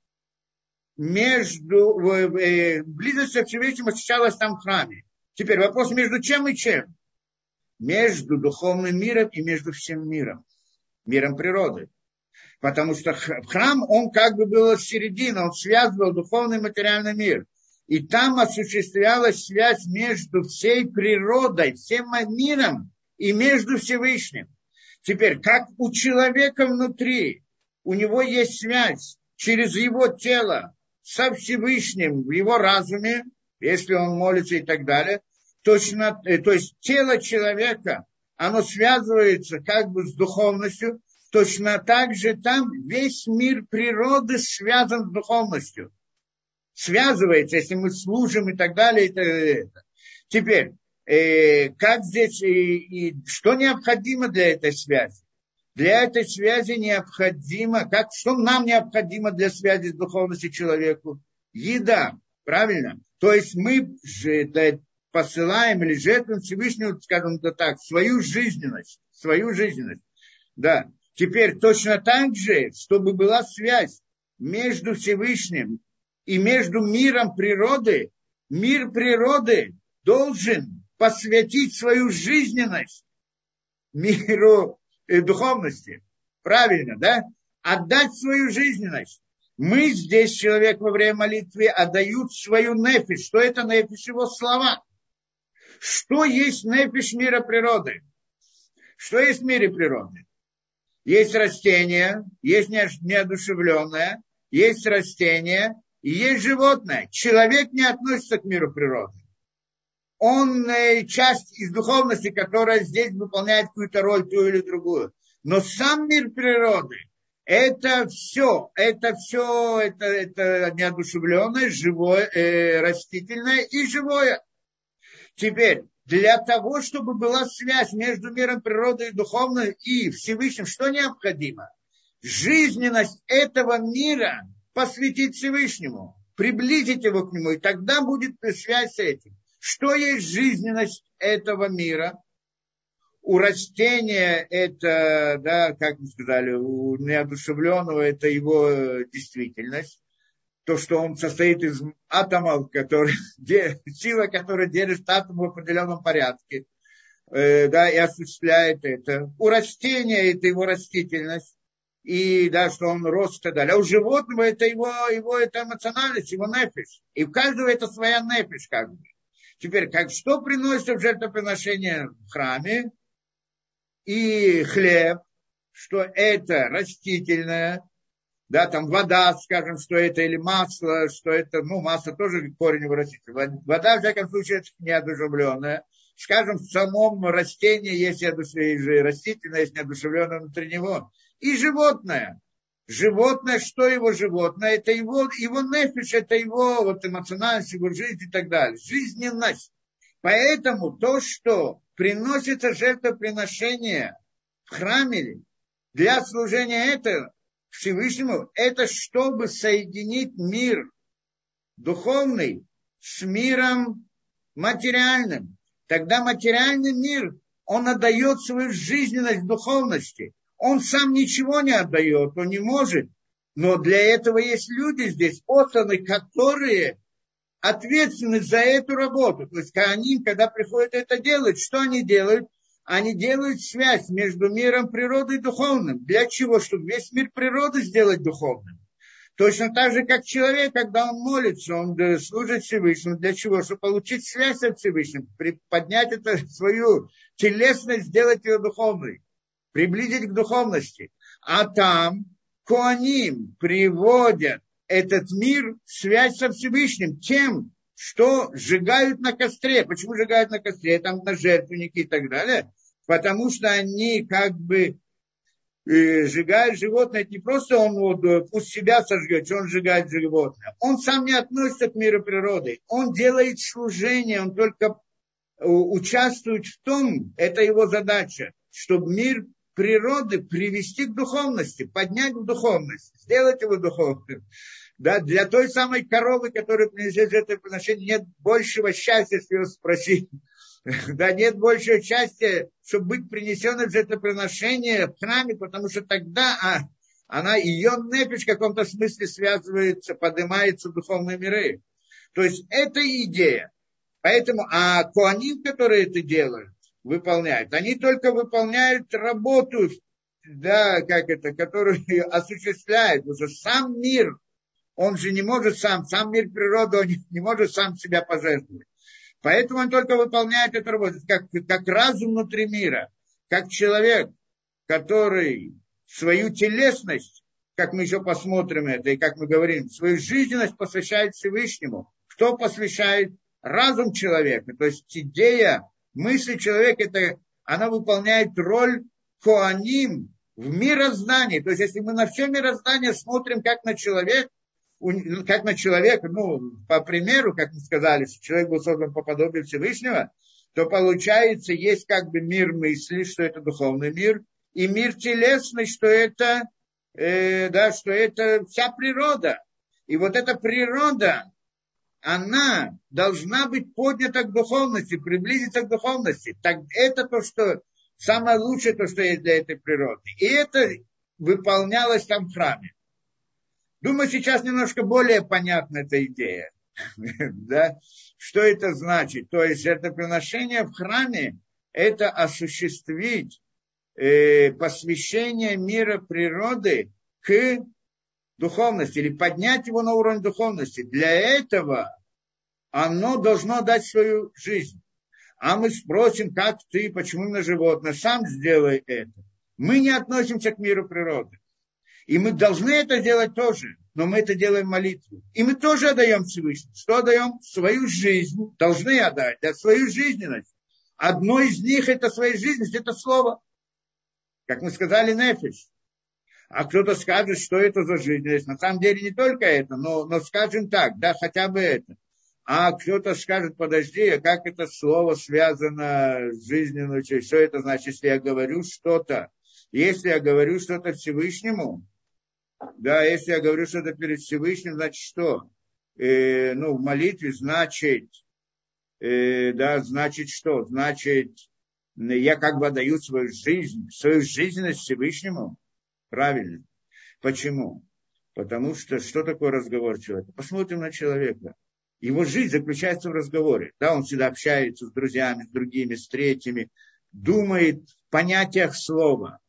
между, э, близость ко Всевышнему ощущалась там в храме. Теперь вопрос, между чем и чем? Между духовным миром и между всем миром, миром природы. Потому что храм, он как бы был середина, он связывал духовный и материальный мир. И там осуществлялась связь между всей природой, всем миром и между Всевышним. Теперь, как у человека внутри, у него есть связь через его тело со Всевышним в его разуме, если он молится и так далее, точно, то есть тело человека, оно связывается как бы с духовностью, точно так же там весь мир природы связан с духовностью. Связывается, если мы служим и так далее. И так далее. Теперь, э, как здесь, и, и что необходимо для этой связи? Для этой связи необходимо, как, что нам необходимо для связи с духовностью человеку? Еда, правильно? То есть мы же посылаем или жертвуем Всевышнему, скажем так, свою жизненность, свою жизненность, да. Теперь точно так же, чтобы была связь между Всевышним и между миром природы, мир природы должен посвятить свою жизненность миру э, духовности. Правильно, да? Отдать свою жизненность. Мы здесь, человек во время молитвы, отдают свою нефиш. Что это нефиш? Его слова. Что есть нефиш мира природы? Что есть в мире природы? Есть растения, есть неодушевленное, есть растения и есть животное. Человек не относится к миру природы. Он э, часть из духовности, которая здесь выполняет какую-то роль, ту или другую. Но сам мир природы, это все, это все, это, это неодушевленное, живое, э, растительное и живое. Теперь, для того, чтобы была связь между миром природы и духовным и Всевышним, что необходимо? Жизненность этого мира посвятить Всевышнему, приблизить его к нему, и тогда будет связь с этим. Что есть жизненность этого мира? У растения это, да, как мы сказали, у неодушевленного это его действительность. То, что он состоит из атомов, которые, сила, которая держит атом в определенном порядке, э, да, и осуществляет это. У растения это его растительность, и да, что он рос и так далее. А у животного это его, его это эмоциональность, его нефиш. И у каждого это своя нефиш, как бы. Теперь, как, что приносится в жертвоприношение в храме? И хлеб, что это растительное, да, там вода, скажем, что это, или масло, что это, ну, масло тоже корень его растительного. Вода, в всяком случае, это неодушевленная. Скажем, в самом растении есть растительное, есть неодушевленное внутри него. И животное. Животное, что его животное? Это его, его нефиш, это его вот, эмоциональность, его жизнь и так далее. Жизненность. Поэтому то, что приносится жертвоприношение в храме для служения этого, Всевышнему, это чтобы соединить мир духовный с миром материальным. Тогда материальный мир, он отдает свою жизненность духовности. Он сам ничего не отдает, он не может. Но для этого есть люди здесь, посланы, которые ответственны за эту работу. То есть они, когда приходят это делать, что они делают? Они делают связь между миром природы и духовным. Для чего? Чтобы весь мир природы сделать духовным. Точно так же, как человек, когда он молится, он служит Всевышнему. Для чего? Чтобы получить связь со Всевышним, поднять это, свою телесность, сделать ее духовной, приблизить к духовности. А там коаним приводят этот мир в связь со Всевышним тем, что сжигают на костре. Почему сжигают на костре? Там на жертвенники и так далее. Потому что они как бы сжигает животное, это не просто он вот, пусть себя сожгет, он сжигает животное. Он сам не относится к миру природы. Он делает служение, он только участвует в том, это его задача, чтобы мир природы привести к духовности, поднять в духовность, сделать его духовным. Да, для той самой коровы, которая принесет это приношение, нет большего счастья, если ее спросить. Да, нет большего счастья, чтобы быть принесенной в жертвоприношение в храме, потому что тогда а, она, ее нефиш в каком-то смысле связывается, поднимается в духовные миры. То есть это идея. Поэтому, а коаним, которые это делают, выполняют, они только выполняют работу, да, как это, которую осуществляют. Потому что сам мир, он же не может сам, сам мир природы, он не, не может сам себя пожертвовать. Поэтому он только выполняет эту работу, как, как разум внутри мира, как человек, который свою телесность, как мы еще посмотрим это, и как мы говорим, свою жизненность посвящает Всевышнему. Кто посвящает? Разум человека. То есть идея, мысль человека, это, она выполняет роль коаним в мироздании. То есть если мы на все мироздание смотрим как на человека, как на человека, ну, по примеру, как мы сказали, что человек был создан по подобию Всевышнего, то получается, есть как бы мир мысли, что это духовный мир, и мир телесный, что это, э, да, что это вся природа. И вот эта природа, она должна быть поднята к духовности, приблизиться к духовности. Так это то, что самое лучшее, то, что есть для этой природы. И это выполнялось там в храме. Думаю, сейчас немножко более понятна эта идея. Да? Что это значит? То есть жертвоприношение в храме – это осуществить э, посвящение мира природы к духовности, или поднять его на уровень духовности. Для этого оно должно дать свою жизнь. А мы спросим, как ты, почему именно животное, сам сделай это. Мы не относимся к миру природы. И мы должны это делать тоже, но мы это делаем в молитве. И мы тоже отдаем Всевышнему. Что отдаем? Свою жизнь. Должны отдать, да, свою жизненность. Одно из них это своя жизненность, это слово. Как мы сказали, нефиш. А кто-то скажет, что это за жизненность. На самом деле не только это, но, но скажем так, да, хотя бы это. А кто-то скажет, подожди, а как это слово связано с жизненностью? Что это значит, если я говорю что-то? Если я говорю что-то Всевышнему, да, если я говорю что-то перед Всевышним, значит что? Э, ну, в молитве значит, э, да, значит что? Значит, я как бы отдаю свою жизнь, свою жизненность Всевышнему. Правильно. Почему? Потому что что такое разговор человека? Посмотрим на человека. Его жизнь заключается в разговоре. Да, он всегда общается с друзьями, с другими, с третьими, думает в понятиях слова.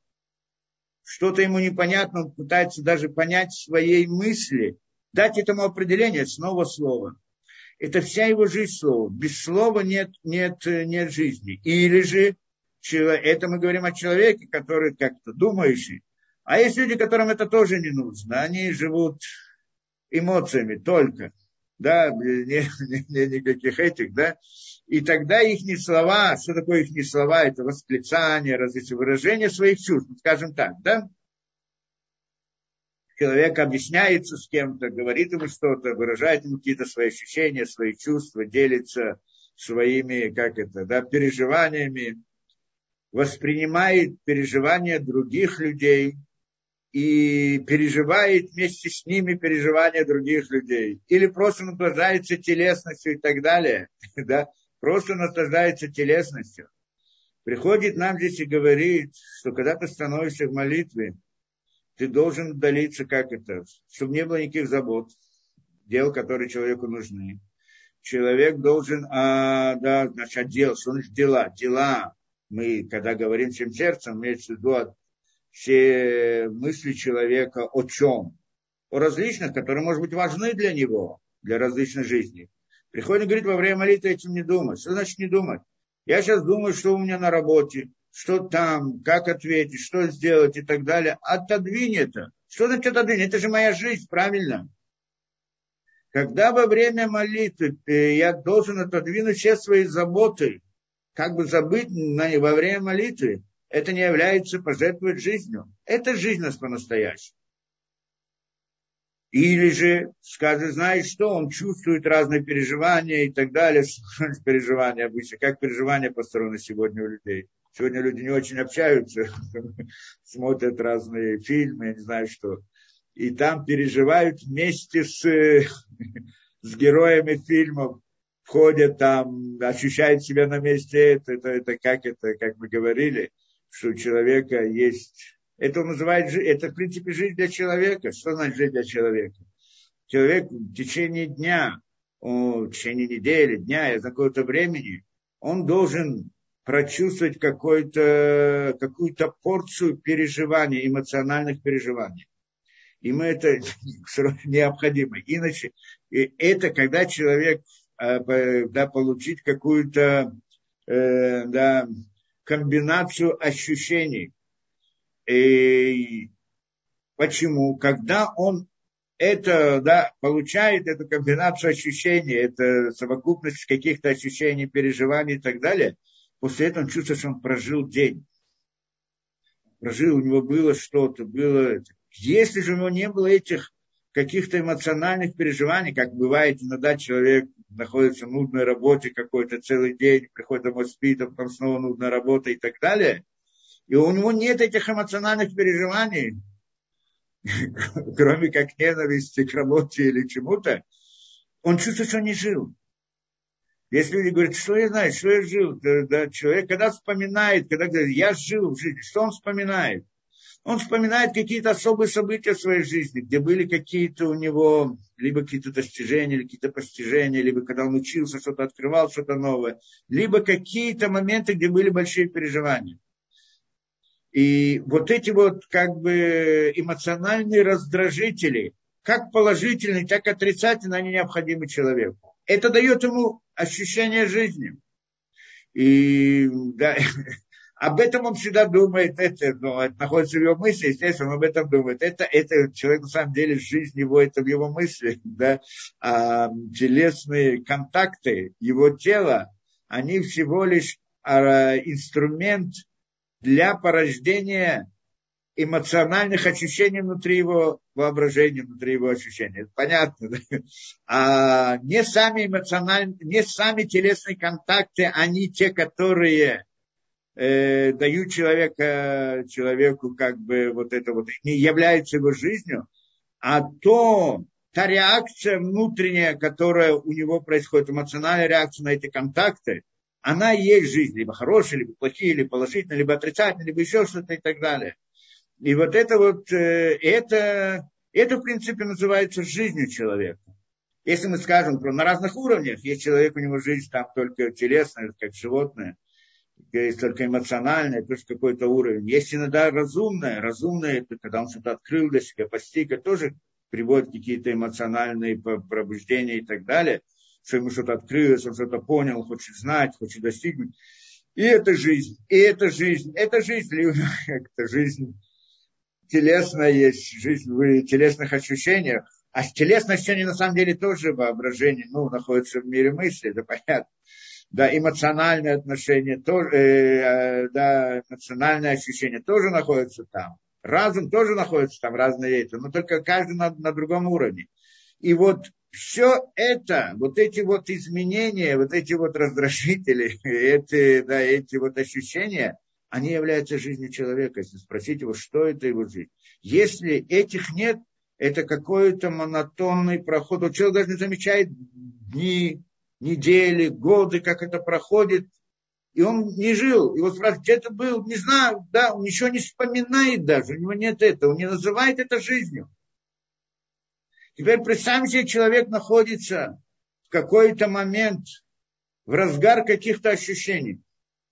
Что-то ему непонятно, он пытается даже понять своей мысли, дать этому определение, снова слово. Это вся его жизнь слова. Без слова нет, нет, нет жизни. Или же, это мы говорим о человеке, который как-то думающий. А есть люди, которым это тоже не нужно. Они живут эмоциями только. Да, не, не, не, никаких этих, да. И тогда их слова, что такое их слова, это восклицание, различные выражения своих чувств, скажем так, да. Человек объясняется с кем-то, говорит ему что-то, выражает ему какие-то свои ощущения, свои чувства, делится своими, как это, да, переживаниями, воспринимает переживания других людей и переживает вместе с ними переживания других людей. Или просто наслаждается телесностью и так далее. Да? Просто наслаждается телесностью. Приходит нам здесь и говорит, что когда ты становишься в молитве, ты должен удалиться, как это, чтобы не было никаких забот, дел, которые человеку нужны. человек должен а, да, начать делать. Что значит дела? Дела. Мы, когда говорим всем сердцем, имеется в виду все мысли человека о чем? О различных, которые, может быть, важны для него, для различных жизней. Приходит и говорит, во время молитвы этим не думать. Что значит не думать? Я сейчас думаю, что у меня на работе, что там, как ответить, что сделать и так далее. Отодвинь это. Что значит отодвинь? Это же моя жизнь, правильно? Когда во время молитвы я должен отодвинуть все свои заботы, как бы забыть во время молитвы, это не является пожертвовать жизнью. Это жизнь нас по-настоящему. Или же, скажет, знаешь что, он чувствует разные переживания и так далее. Переживания обычно. Как переживания построены сегодня у людей? Сегодня люди не очень общаются, смотрят разные фильмы, я не знаю что. И там переживают вместе с, с героями фильмов. Входят там, ощущают себя на месте. Это, это, это как это, как мы говорили, что у человека есть... Это он называет жизнь, это в принципе жизнь для человека. Что значит жизнь для человека? Человек в течение дня, в течение недели, дня, из какого-то времени, он должен прочувствовать какую-то порцию переживаний, эмоциональных переживаний. Ему это необходимо. Иначе это когда человек да, получит какую-то да, комбинацию ощущений. И почему? Когда он это, да, получает эту комбинацию ощущений, это совокупность каких-то ощущений, переживаний и так далее, после этого он чувствует, что он прожил день. Прожил, у него было что-то, было... Если же у него не было этих каких-то эмоциональных переживаний, как бывает иногда человек находится в нудной работе какой-то целый день, приходит домой, спит, а потом снова нудная работа и так далее, и у него нет этих эмоциональных переживаний, кроме как ненависти к работе или чему-то, он чувствует, что он не жил. Если люди говорят, что я знаю, что я жил, да, да, человек, когда вспоминает, когда говорит, я жил в жизни, что он вспоминает? Он вспоминает какие-то особые события в своей жизни, где были какие-то у него, либо какие-то достижения, или какие-то постижения, либо когда он учился, что-то открывал, что-то новое, либо какие-то моменты, где были большие переживания. И вот эти вот как бы эмоциональные раздражители, как положительные, так и отрицательные, они необходимы человеку. Это дает ему ощущение жизни. И да, об этом он всегда думает, это, ну, это находится в его мысли, естественно, он об этом думает. Это, это человек, на самом деле, жизнь его, это в его мысли, да, а телесные контакты его тела, они всего лишь а, инструмент для порождения эмоциональных ощущений внутри его воображения, внутри его ощущений. Это понятно, да? А не сами эмоциональные, не сами телесные контакты, они те, которые э, дают человека, человеку как бы вот это вот, не являются его жизнью, а то, та реакция внутренняя, которая у него происходит, эмоциональная реакция на эти контакты, она и есть жизнь, либо хорошая, либо плохие, либо положительные, либо отрицательные, либо еще что-то и так далее. И вот это вот, это, это в принципе называется жизнью человека. Если мы скажем на разных уровнях, есть человек, у него жизнь там только телесная, как животное, есть только эмоциональная, плюс какой-то уровень. Есть иногда разумная, разумная, это когда он что-то открыл для себя, постиг, это тоже приводит какие-то эмоциональные пробуждения и так далее. Что ему что-то открылось, он что-то понял, хочет знать, хочет достигнуть. И это жизнь, и это жизнь, это жизнь, это жизнь телесная, есть жизнь в телесных ощущениях. А телесные ощущения на самом деле тоже воображение, ну, находится в мире мысли, это понятно. Да, эмоциональные отношения, тоже, э, да, эмоциональные ощущения тоже находятся там. Разум тоже находится там, разные эти, но только каждый на, на другом уровне. И вот все это, вот эти вот изменения, вот эти вот раздражители, эти, да, эти вот ощущения, они являются жизнью человека. Если спросить его, что это его жизнь. Если этих нет, это какой-то монотонный проход. Вот человек даже не замечает дни, недели, годы, как это проходит. И он не жил. Его спрашивают, где ты был? Не знаю, да, он ничего не вспоминает даже. У него нет этого. Он не называет это жизнью. Теперь представьте себе, человек находится в какой-то момент, в разгар каких-то ощущений.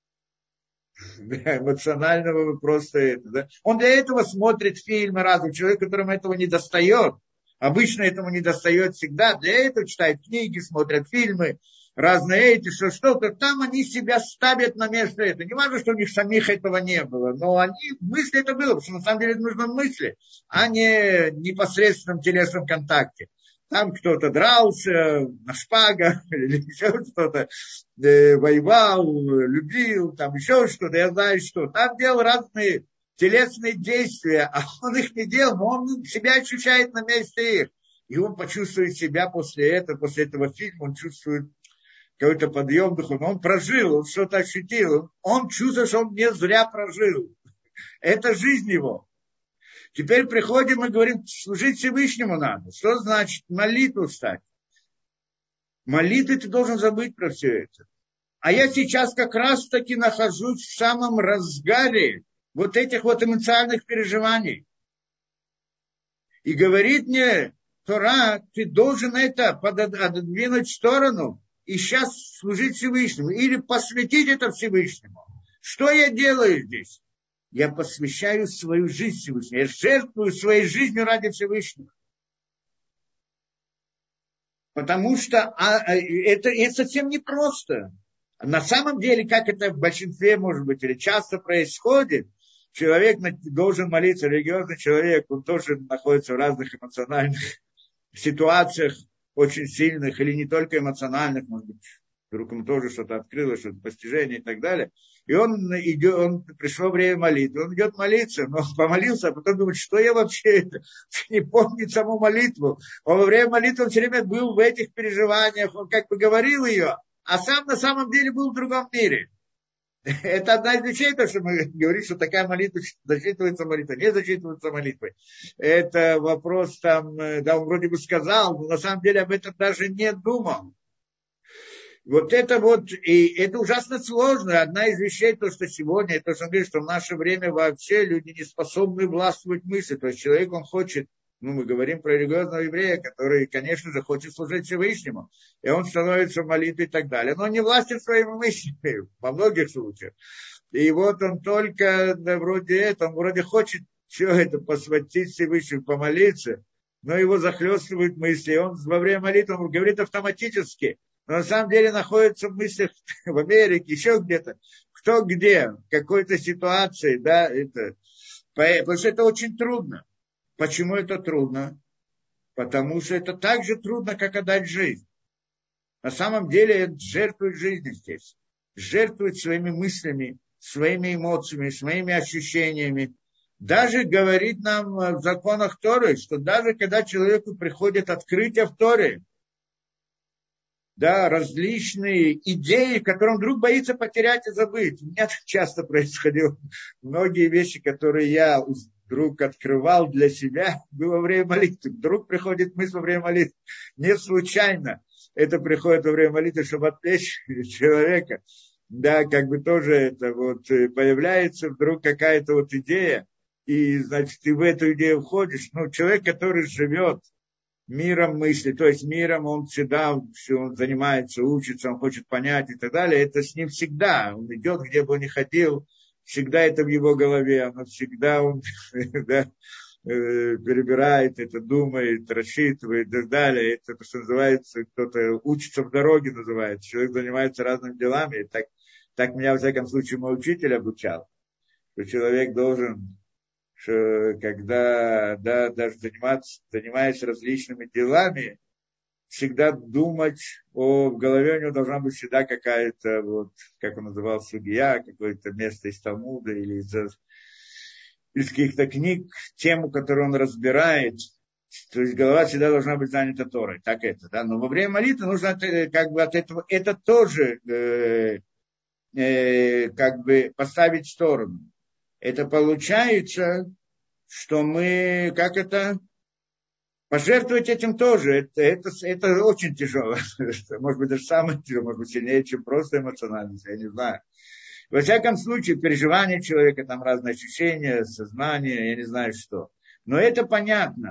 Да, эмоционального просто это, да. Он для этого смотрит фильмы разные. Человек, которому этого не достает, обычно этому не достает всегда, для этого читает книги, смотрят фильмы, разные эти, что что-то, там они себя ставят на место этого. Не важно, что у них самих этого не было, но они, мысли это было, потому что на самом деле нужно мысли, а не непосредственном телесном контакте. Там кто-то дрался на шпагах или еще что-то, э, воевал, любил, там еще что-то, я знаю что. Там делал разные телесные действия, а он их не делал, но он себя ощущает на месте их. И он почувствует себя после этого, после этого фильма, он чувствует какой-то подъем духовный. Он прожил, он что-то ощутил, он чувствует, что он не зря прожил. Это жизнь его. Теперь приходим и говорим, служить Всевышнему надо. Что значит молитву стать? Молитвы ты должен забыть про все это. А я сейчас как раз таки нахожусь в самом разгаре вот этих вот эмоциональных переживаний. И говорит мне Тора, ты должен это пододвинуть в сторону и сейчас служить Всевышнему. Или посвятить это Всевышнему. Что я делаю здесь? Я посвящаю свою жизнь Всевышнему. Я жертвую своей жизнью ради Всевышнего. Потому что а, это, это совсем непросто. На самом деле, как это в большинстве, может быть, или часто происходит, человек должен молиться, религиозный человек, он тоже находится в разных эмоциональных ситуациях, очень сильных, или не только эмоциональных, может быть, вдруг ему тоже что-то открылось, что-то постижение и так далее. И он идет, он пришло время молитвы, он идет молиться, но он помолился, а потом думает, что я вообще это, не помнит саму молитву. Он во время молитвы он все время был в этих переживаниях, он как бы говорил ее, а сам на самом деле был в другом мире. Это одна из вещей, то, что мы говорим, что такая молитва зачитывается молитва, не зачитывается молитвой. Это вопрос там, да, он вроде бы сказал, но на самом деле об этом даже не думал. Вот это вот, и это ужасно сложно. Одна из вещей, то, что сегодня, это что он говорит, что в наше время вообще люди не способны властвовать мысли. То есть человек, он хочет, ну, мы говорим про религиозного еврея, который, конечно же, хочет служить Всевышнему. И он становится в молитве и так далее. Но он не властит своими мыслями во многих случаях. И вот он только, да, вроде это, он вроде хочет все это посвятить Всевышнему, помолиться, но его захлестывают мысли. И он во время молитвы он говорит автоматически. Но на самом деле находится в мыслях в Америке, еще где-то, кто где, в какой-то ситуации, да, это, потому что это очень трудно. Почему это трудно? Потому что это так же трудно, как отдать жизнь. На самом деле это жертвует жизнью здесь, жертвует своими мыслями, своими эмоциями, своими ощущениями. Даже говорит нам в законах Торы, что даже когда человеку приходит открытие в Торе, да, различные идеи, которые он вдруг боится потерять и забыть. У меня часто происходило многие вещи, которые я вдруг открывал для себя, было во время молитвы. Вдруг приходит мысль во время молитвы. Не случайно это приходит во время молитвы, чтобы отвлечь человека. Да, как бы тоже это вот появляется вдруг какая-то вот идея, и, значит, ты в эту идею входишь. Ну, человек, который живет миром мысли, то есть миром он всегда все, он занимается, учится, он хочет понять и так далее, это с ним всегда, он идет, где бы он ни ходил, всегда это в его голове, он всегда он, да, перебирает это, думает, рассчитывает и так далее, это то, что называется, кто-то учится в дороге, называется, человек занимается разными делами, так, так меня, во всяком случае, мой учитель обучал, что человек должен, что когда, да, даже заниматься, занимаясь различными делами, всегда думать о, в голове у него должна быть всегда какая-то, вот, как он называл, судья, какое-то место из Талмуда или из, из каких-то книг, тему, которую он разбирает. То есть голова всегда должна быть занята Торой. Так это, да. Но во время молитвы нужно как бы от этого, это тоже э, э, как бы поставить в сторону. Это получается, что мы, как это, пожертвовать этим тоже, это, это, это очень тяжело, может быть, даже самое тяжелое, может быть, сильнее, чем просто эмоциональность, я не знаю. Во всяком случае, переживания человека, там разные ощущения, сознание, я не знаю что. Но это понятно.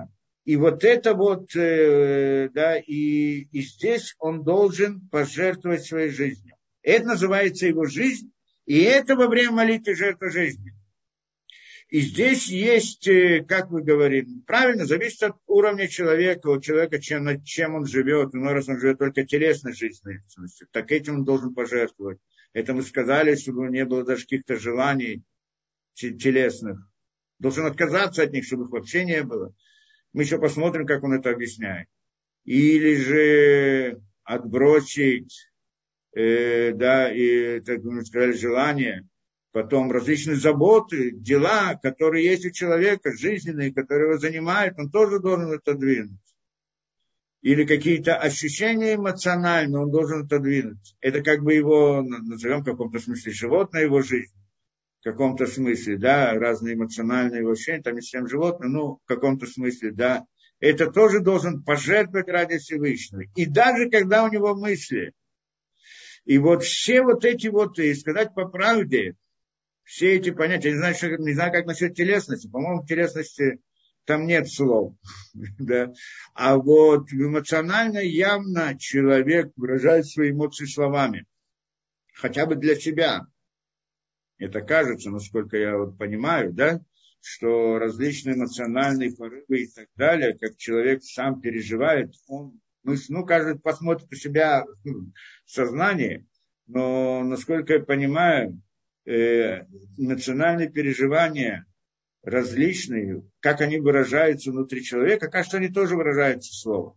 И вот это вот, э, да, и, и здесь он должен пожертвовать своей жизнью. Это называется его жизнь, и это во время молитвы жертва жизни. И здесь есть, э, как мы говорим, правильно, зависит от уровня человека, у человека, чем, над чем он живет. Ну, раз он живет только телесной жизнью, в смысле, так этим он должен пожертвовать. Это мы сказали, чтобы у него не было даже каких-то желаний телесных. Должен отказаться от них, чтобы их вообще не было. Мы еще посмотрим, как он это объясняет. Или же отбросить, э, да, и, так мы сказали, желание, потом различные заботы, дела, которые есть у человека, жизненные, которые его занимают, он тоже должен отодвинуть. Или какие-то ощущения эмоциональные он должен отодвинуть. Это как бы его, назовем в каком-то смысле, животное его жизнь. В каком-то смысле, да, разные эмоциональные его ощущения, там не всем животные, ну, в каком-то смысле, да, это тоже должен пожертвовать ради Всевышнего. И даже когда у него мысли, и вот все вот эти вот, и сказать по правде, все эти понятия, я не знаю, что, не знаю, как насчет телесности, по-моему, в телесности там нет слов, да, а вот эмоционально явно человек выражает свои эмоции словами, хотя бы для себя. Это кажется, насколько я вот понимаю, да, что различные эмоциональные порывы и так далее, как человек сам переживает, он, ну, каждый посмотрит у себя в сознании, но, насколько я понимаю, э, эмоциональные переживания различные, как они выражаются внутри человека, кажется, они тоже выражаются словом.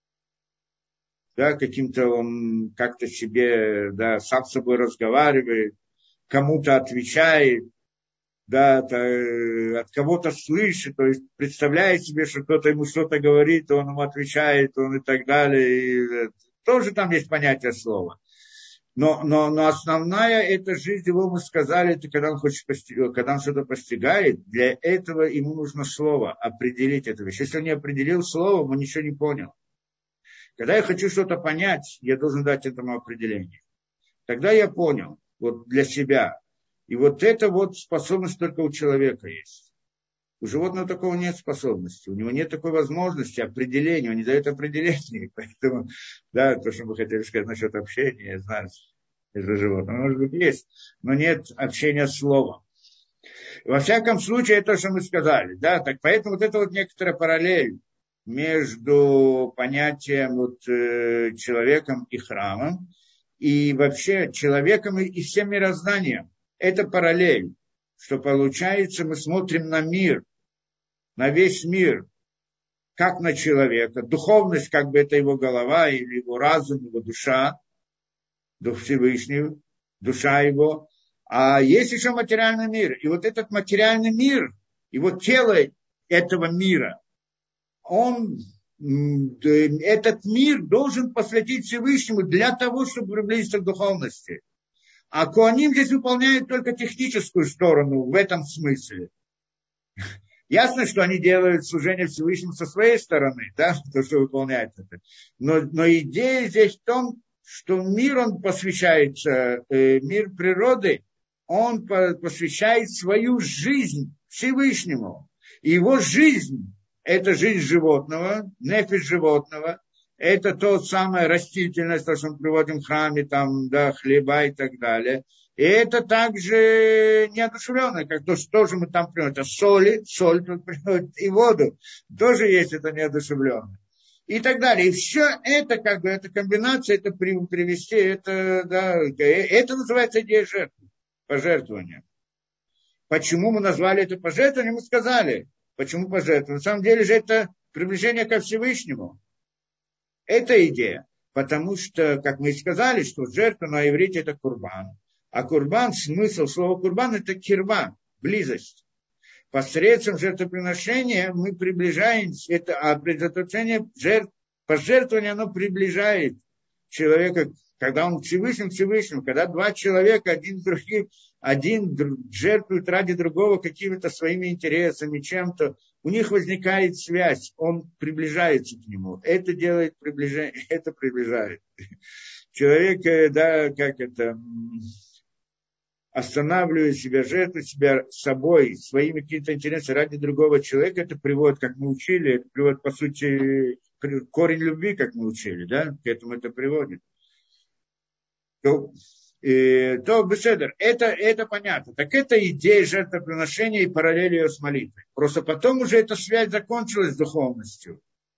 Да, каким-то он как-то себе, да, сам с собой разговаривает, кому-то отвечает, да, то, от кого-то слышит, то есть представляет себе, что кто-то ему что-то говорит, он ему отвечает, он и так далее. И, тоже там есть понятие слова. Но, но, но основная эта жизнь его, мы сказали, это когда он хочет постиг, когда он что-то постигает, для этого ему нужно слово, определить эту вещь. Если он не определил слово, он ничего не понял. Когда я хочу что-то понять, я должен дать этому определение. Тогда я понял, вот для себя. И вот эта вот способность только у человека есть. У животного такого нет способности, у него нет такой возможности определения, он не дает определения. Поэтому, да, то, что мы хотели сказать насчет общения, я знаю, между животным, может быть, есть, но нет общения словом. Во всяком случае, это то, что мы сказали, да, так поэтому вот это вот некоторая параллель между понятием вот, э, человеком и храмом, и вообще человеком и, и всем мирозданием. Это параллель, что получается, мы смотрим на мир, на весь мир, как на человека. Духовность, как бы это его голова, или его разум, его душа, Дух Всевышнего, душа его. А есть еще материальный мир. И вот этот материальный мир, его тело этого мира, он, этот мир должен посвятить Всевышнему для того, чтобы приблизиться к духовности. А коаним здесь выполняет только техническую сторону в этом смысле. Ясно, что они делают служение Всевышнему со своей стороны, да, то, что выполняют это. Но, но идея здесь в том, что мир, он посвящается, э, мир природы, он по, посвящает свою жизнь Всевышнему. И его жизнь, это жизнь животного, нефиш животного, это то самое растительность, то, что мы приводим в храме, там, да, хлеба и так далее. И это также неодушевленное, как то, что тоже мы там приводим. Это соли, соль тут приводит, и воду. Тоже есть это неодушевленное. И так далее. И все это, как бы, эта комбинация, это привести, это, да, это называется идея жертвы, пожертвования. Почему мы назвали это пожертвованием, мы сказали. Почему пожертвование? На самом деле же это приближение ко Всевышнему. Это идея. Потому что, как мы и сказали, что жертва на иврите это курбан. А курбан, смысл слова курбан это кирба, близость. Посредством жертвоприношения мы приближаемся, это, а предотвращение жертв, пожертвование, оно приближает человека, когда он Всевышним, Всевышним, когда два человека, один другим, один жертвует ради другого какими-то своими интересами, чем-то, у них возникает связь, он приближается к нему. Это делает приближение, это приближает. Человек, да, как это... останавливая себя, жертвуя себя собой, своими какими-то интересами ради другого человека, это приводит, как мы учили, это приводит, по сути, корень любви, как мы учили, да, к этому это приводит. То, э, то беседер, это, это понятно. Так это идея жертвоприношения и параллель ее с молитвой. Просто потом уже эта связь закончилась с духовностью.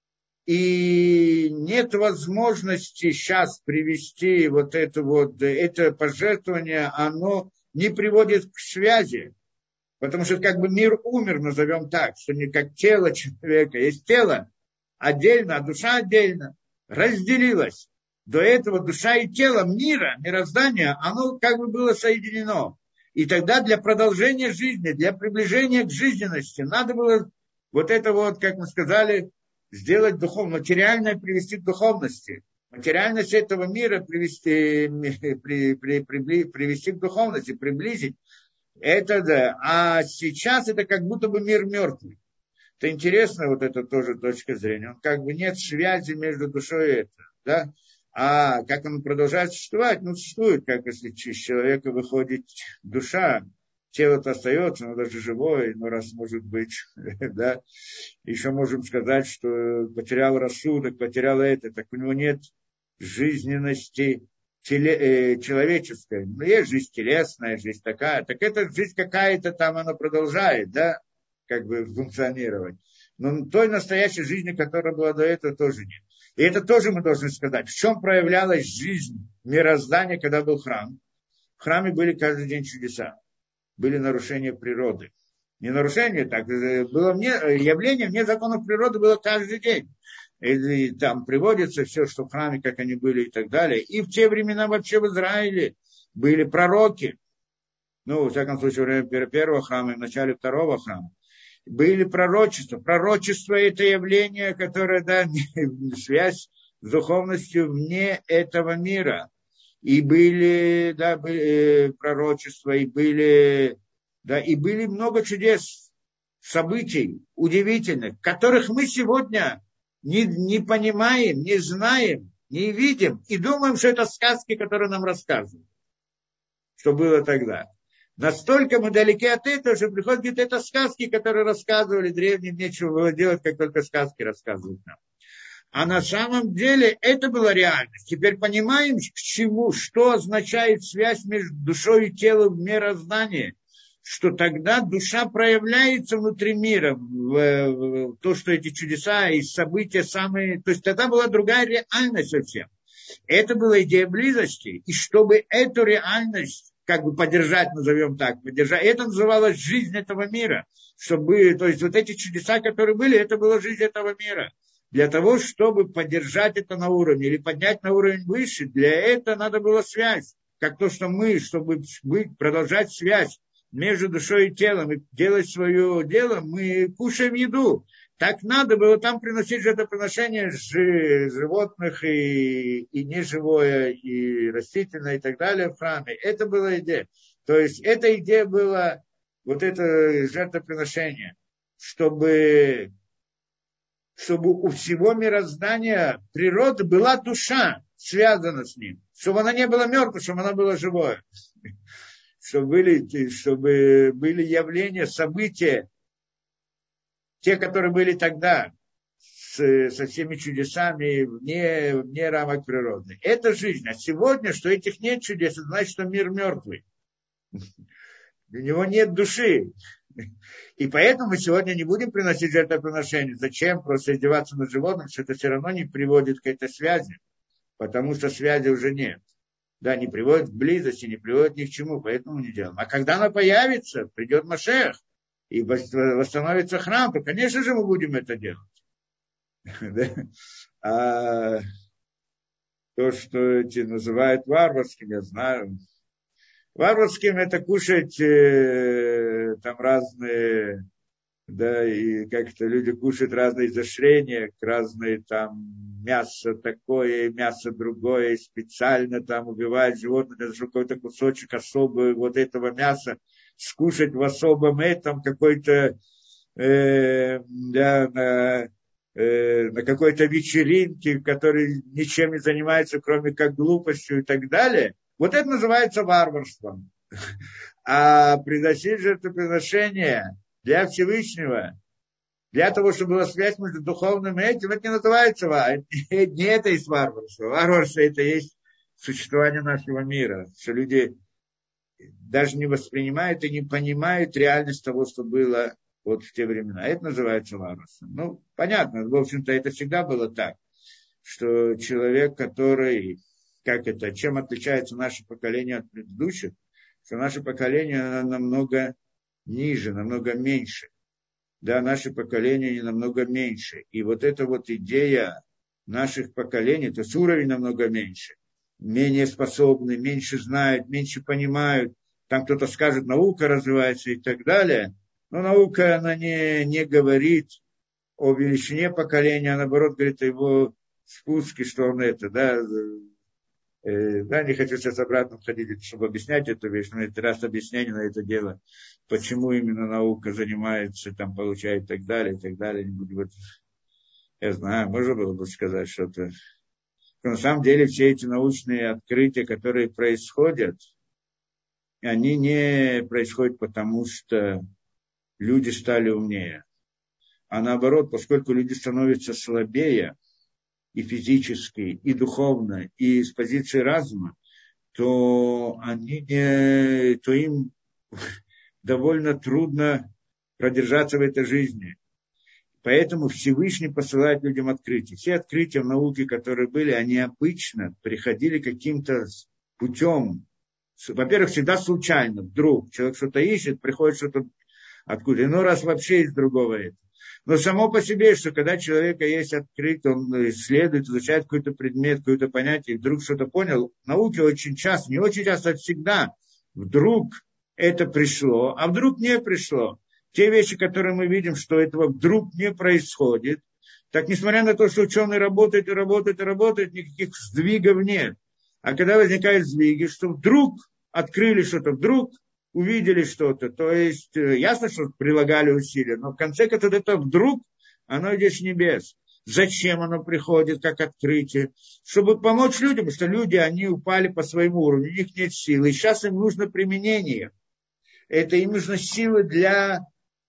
И нет возможности сейчас привести вот это вот, это пожертвование, оно не приводит к связи. Потому что как бы мир умер, назовем так, что не как тело человека. Есть тело отдельно, а душа отдельно. Разделилась. До этого душа и тело мира, мироздания, оно как бы было соединено. И тогда для продолжения жизни, для приближения к жизненности надо было вот это вот, как мы сказали, сделать духовно, материальное привести к духовности. Материальность этого мира привести, при, при, при, привести к духовности, приблизить. Это да. А сейчас это как будто бы мир мертвый. Это интересно, вот это тоже точка зрения. Он как бы нет связи между душой и это, да. А как он продолжает существовать? Ну, существует, как если из человека выходит душа, тело-то остается, оно даже живое, но раз может быть, да. Еще можем сказать, что потерял рассудок, потерял это, так у него нет жизненности теле, э, человеческой. Ну, есть жизнь телесная, жизнь такая. Так эта жизнь какая-то там, она продолжает, да, как бы функционировать. Но той настоящей жизни, которая была до этого, тоже нет. И это тоже мы должны сказать. В чем проявлялась жизнь мироздания, когда был храм? В храме были каждый день чудеса. Были нарушения природы. Не нарушение, так, было вне, явление вне законов природы было каждый день. И там приводится все, что в храме, как они были и так далее. И в те времена вообще в Израиле были пророки. Ну, во всяком случае, во время первого храма и в начале второго храма. Были пророчества. Пророчество – это явление, которое, да, связь с духовностью вне этого мира. И были, да, были пророчества, и были, да, и были много чудес, событий удивительных, которых мы сегодня не, не понимаем, не знаем, не видим, и думаем, что это сказки, которые нам рассказывают, что было тогда. Настолько мы далеки от этого, что приходят, говорят, это сказки, которые рассказывали древним, нечего было делать, как только сказки рассказывают нам. А на самом деле это была реальность. Теперь понимаем, к чему, что означает связь между душой и телом в мироздании, что тогда душа проявляется внутри мира, в, в то, что эти чудеса и события самые, то есть тогда была другая реальность совсем. Это была идея близости, и чтобы эту реальность как бы поддержать, назовем так, поддержать. Это называлось жизнь этого мира. Чтобы, то есть вот эти чудеса, которые были, это была жизнь этого мира. Для того, чтобы поддержать это на уровне или поднять на уровень выше, для этого надо была связь. Как то, что мы, чтобы быть, продолжать связь между душой и телом и делать свое дело, мы кушаем еду. Так надо было там приносить жертвоприношения животных и, и неживое, и растительное, и так далее в храме. Это была идея. То есть эта идея была, вот это жертвоприношение, чтобы, чтобы у всего мироздания природы была душа, связана с ним. Чтобы она не была мертвой, чтобы она была живой. Чтобы были, чтобы были явления, события, те, которые были тогда, с, со всеми чудесами вне, вне рамок природы. Это жизнь. А сегодня, что этих нет чудес, это значит, что мир мертвый. У него нет души. И поэтому мы сегодня не будем приносить жертвоприношения. Зачем? Просто издеваться над животным, что это все равно не приводит к этой связи. Потому что связи уже нет. Да, не приводит к близости, не приводит ни к чему, поэтому не делаем. А когда она появится, придет Машиах, и восстановится храм, то, конечно же, мы будем это делать. А то, что эти называют варварским, я знаю. Варварским это кушать э, там разные, да, и как-то люди кушают разные изощрения, разные там мясо такое, мясо другое, и специально там убивают животных, даже какой-то кусочек особый вот этого мяса, скушать в особом этом какой-то э, да, на, э, на какой-то вечеринке, который ничем не занимается, кроме как глупостью и так далее. Вот это называется варварством. А приносить жертвоприношение для Всевышнего, для того, чтобы была связь между духовным и этим, это не называется варварство. Не это есть варварство. Варварство это есть существование нашего мира. Что люди даже не воспринимают и не понимают реальность того, что было вот в те времена. Это называется варварством. Ну, понятно, в общем-то, это всегда было так, что человек, который, как это, чем отличается наше поколение от предыдущих, что наше поколение оно намного ниже, намного меньше. Да, наше поколение не намного меньше. И вот эта вот идея наших поколений, то есть уровень намного меньше, менее способны, меньше знают, меньше понимают. Там кто-то скажет, наука развивается и так далее. Но наука, она не, не говорит о величине поколения, а наоборот говорит о его спуске, что он это, да, э, да, не хочу сейчас обратно входить, чтобы объяснять эту вещь, но это раз объяснение на это дело, почему именно наука занимается, там, получает и так далее, и так далее. Не буду, вот, я знаю, можно было бы сказать что-то. Но на самом деле все эти научные открытия, которые происходят, они не происходят потому, что люди стали умнее. А наоборот, поскольку люди становятся слабее и физически, и духовно, и с позиции разума, то, они не, то им довольно трудно продержаться в этой жизни. Поэтому Всевышний посылает людям открытия. Все открытия в науке, которые были, они обычно приходили каким-то путем. Во-первых, всегда случайно, вдруг. Человек что-то ищет, приходит что-то откуда. Иной раз вообще из другого это. Но само по себе, что когда человека есть открытие, он исследует, изучает какой-то предмет, какое-то понятие, и вдруг что-то понял, в науке очень часто, не очень часто, а всегда, вдруг это пришло, а вдруг не пришло. Те вещи, которые мы видим, что этого вдруг не происходит, так несмотря на то, что ученые работают и работают и работают, никаких сдвигов нет. А когда возникают сдвиги, что вдруг открыли что-то, вдруг увидели что-то, то есть ясно, что прилагали усилия, но в конце концов это вдруг, оно идет с небес. Зачем оно приходит, как открытие? Чтобы помочь людям, потому что люди, они упали по своему уровню, у них нет силы, и сейчас им нужно применение. Это им нужны силы для,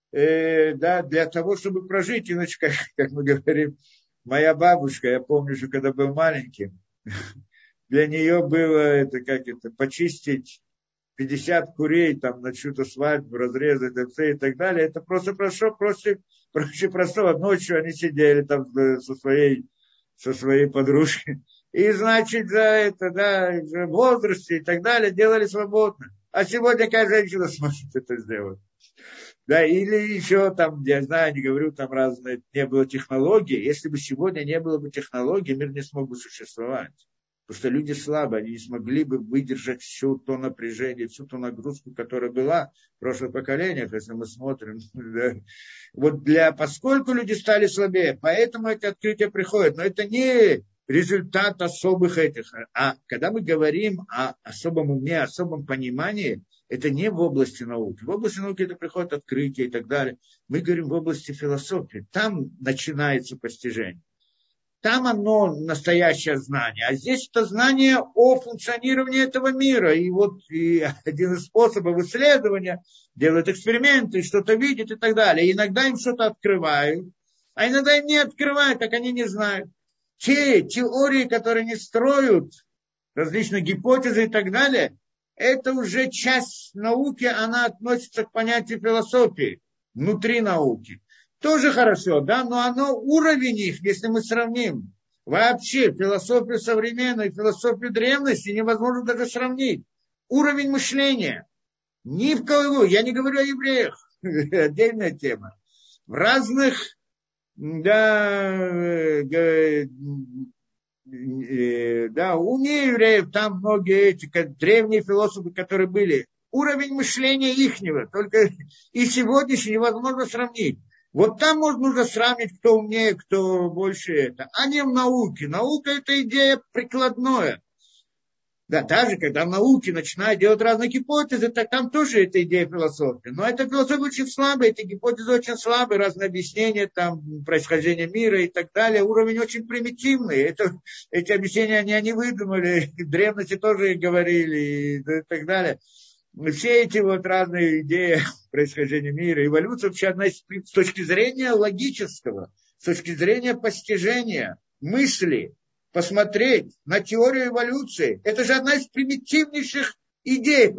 э, да, для того, чтобы прожить. Иначе, как, как мы говорим, моя бабушка, я помню, что когда был маленьким, для нее было это, как это, почистить пятьдесят курей там на чью-то свадьбу, разрезать и так далее. Это просто прошло, проще, проще простого. Ночью они сидели там со своей, со своей подружкой. И, значит, за это, да, в возрасте и так далее делали свободно. А сегодня какая женщина сможет это сделать? Да, или еще там, я знаю, не говорю, там разные, не было технологий. Если бы сегодня не было бы технологий, мир не смог бы существовать. Потому что люди слабые, они не смогли бы выдержать всю то напряжение, всю ту нагрузку, которая была в прошлых поколениях, если мы смотрим. Да. Вот для, поскольку люди стали слабее, поэтому эти открытия приходят. Но это не результат особых этих. А когда мы говорим о особом уме, особом понимании, это не в области науки. В области науки это приходит открытие и так далее. Мы говорим в области философии. Там начинается постижение. Там оно настоящее знание. А здесь это знание о функционировании этого мира. И вот и один из способов исследования делают эксперименты, что-то видят и так далее. И иногда им что-то открывают, а иногда им не открывают, так они не знают. Те теории, которые не строят, различные гипотезы и так далее, это уже часть науки, она относится к понятию философии внутри науки. Тоже хорошо, да, но оно, уровень их, если мы сравним, вообще философию современную и философию древности невозможно даже сравнить. Уровень мышления. Ни в кого, я не говорю о евреях, отдельная тема. В разных, да, да, уме евреев, там многие эти древние философы, которые были, уровень мышления ихнего, только и сегодняшний невозможно сравнить. Вот там можно нужно сравнить, кто умнее, кто больше это. А не в науке. Наука – это идея прикладная. Да, даже когда в науке начинают делать разные гипотезы, так там тоже эта идея философии. Но эта философия очень слабая, эти гипотезы очень слабые, разные объяснения, там, происхождения мира и так далее. Уровень очень примитивный. Это, эти объяснения они, они выдумали, в древности тоже говорили и, и так далее. все эти вот разные идеи происхождения мира, эволюция вообще одна из, с точки зрения логического, с точки зрения постижения, мысли, посмотреть на теорию эволюции, это же одна из примитивнейших идей.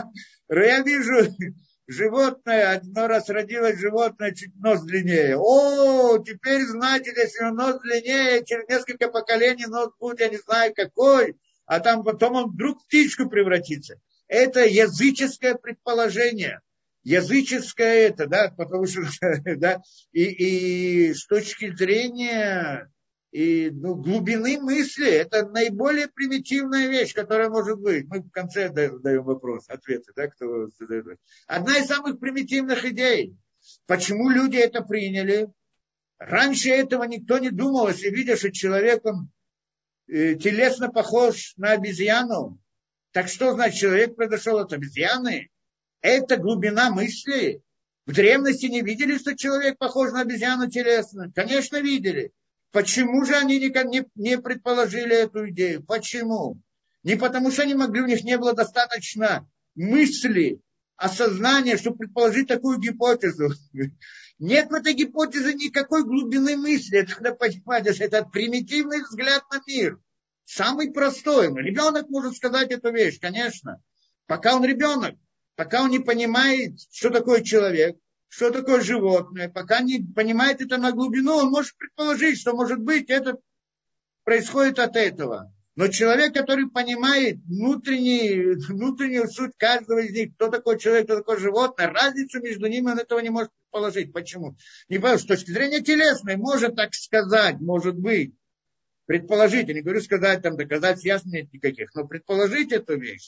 Я вижу животное, один раз родилось животное, чуть нос длиннее. О, теперь знаете, если нос длиннее, через несколько поколений нос будет, я не знаю какой, а там потом он вдруг в птичку превратится. Это языческое предположение. Языческое это, да, потому что, да, и, и с точки зрения и, ну, глубины мысли, это наиболее примитивная вещь, которая может быть. Мы в конце даем вопрос, ответы, да, кто задает. Одна из самых примитивных идей. Почему люди это приняли? Раньше этого никто не думал, если видишь, что человек, он э, телесно похож на обезьяну. Так что значит, человек произошел от обезьяны? Это глубина мысли. В древности не видели, что человек похож на обезьяну телесно? Конечно, видели. Почему же они не, не предположили эту идею? Почему? Не потому, что они могли, у них не было достаточно мысли, осознания, чтобы предположить такую гипотезу. Нет в этой гипотезе никакой глубины мысли. Это надо понимать, это примитивный взгляд на мир. Самый простой. Ребенок может сказать эту вещь, конечно. Пока он ребенок, пока он не понимает, что такое человек, что такое животное, пока не понимает это на глубину, он может предположить, что, может быть, это происходит от этого. Но человек, который понимает внутренний, внутреннюю суть каждого из них, кто такой человек, кто такое животное, разницу между ними он этого не может предположить. Почему? Не потому, что с точки зрения телесной может так сказать, может быть. Предположить, я не говорю сказать, там, доказать ясно нет никаких, но предположить эту вещь.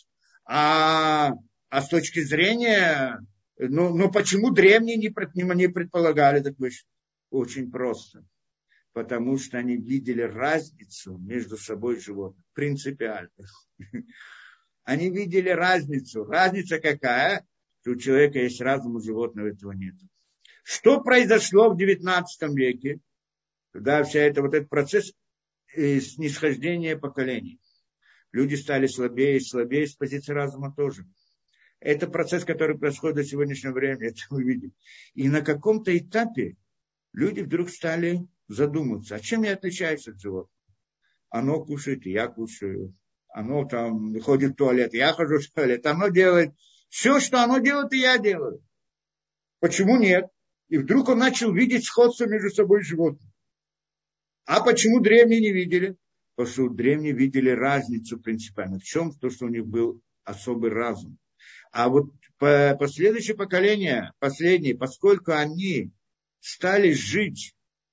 А, а с точки зрения, ну, ну почему древние не, не предполагали такую вещь? Очень просто. Потому что они видели разницу между собой и животным. Принципиально. Они видели разницу. Разница какая? Что у человека есть разум, у животного этого нет. Что произошло в девятнадцатом веке? Когда вся эта, вот этот процесс снисхождения поколений. Люди стали слабее и слабее, с позиции разума тоже. Это процесс, который происходит до сегодняшнего времени, это мы видим. И на каком-то этапе люди вдруг стали задумываться, а чем я отличаюсь от животных? Оно кушает, и я кушаю. Оно там ходит в туалет, я хожу в туалет. Оно делает все, что оно делает, и я делаю. Почему нет? И вдруг он начал видеть сходство между собой и животными. А почему древние не видели? Потому что древние видели разницу принципиально. В чем? В том, что у них был особый разум. А вот последующие поколения, последние, поскольку они стали жить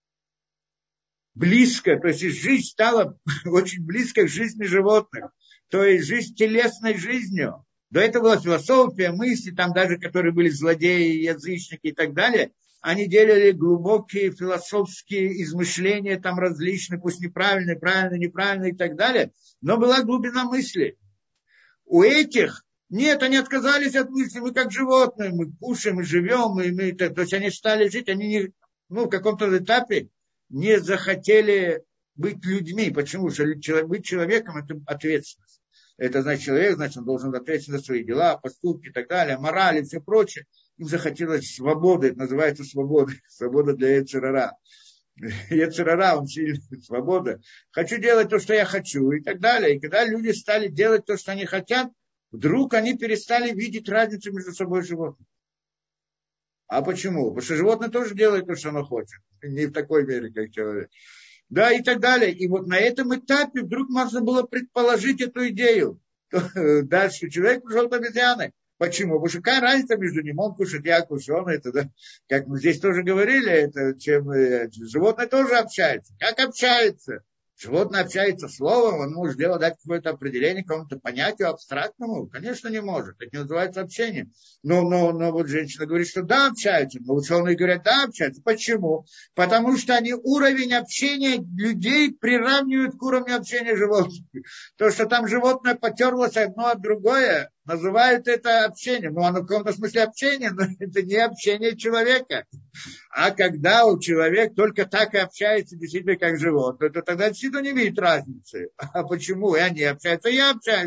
близко, то есть жизнь стала очень близко к жизни животных, то есть жизнь телесной жизнью. До этого была философия, мысли, там даже, которые были злодеи, язычники и так далее, они делали глубокие философские измышления, там различные, пусть неправильные, правильные, неправильные и так далее, но была глубина мысли. У этих нет, они отказались от мысли, мы как животные, мы кушаем, мы живем, мы, мы, то есть они стали жить, они не, ну, в каком-то этапе не захотели быть людьми. Почему? Потому что быть человеком – это ответственность. Это значит, человек, значит, он должен ответить за свои дела, поступки и так далее, мораль и все прочее. Им захотелось свободы, это называется свобода, свобода для Йецер ара. Йецер ара, он сильный, свобода. Хочу делать то, что я хочу и так далее. И когда люди стали делать то, что они хотят, вдруг они перестали видеть разницу между собой и животным. А почему? Потому что животное тоже делает то, что оно хочет. Не в такой мере, как человек. Да, и так далее. И вот на этом этапе вдруг можно было предположить эту идею. Дальше человек пришел от обезьяны. Почему? Потому что какая разница между ним? Он кушает, я кушаю, он это, да. Как мы здесь тоже говорили, это чем животное тоже общается. Как общается? Животное общается словом, он может делать, дать какое-то определение какому-то понятию абстрактному? Конечно, не может. Это не называется общением. Но, но, но вот женщина говорит, что да, общаются. Но ученые говорят, да, общаются. Почему? Потому что они уровень общения людей приравнивают к уровню общения животных. То, что там животное потерлось одно от другое, называют это общением. Ну, оно в каком-то смысле общение, но это не общение человека. А когда у человека только так и общается, действительно, как животное, то тогда действительно не видит разницы. А почему? И они общаются, я общаюсь.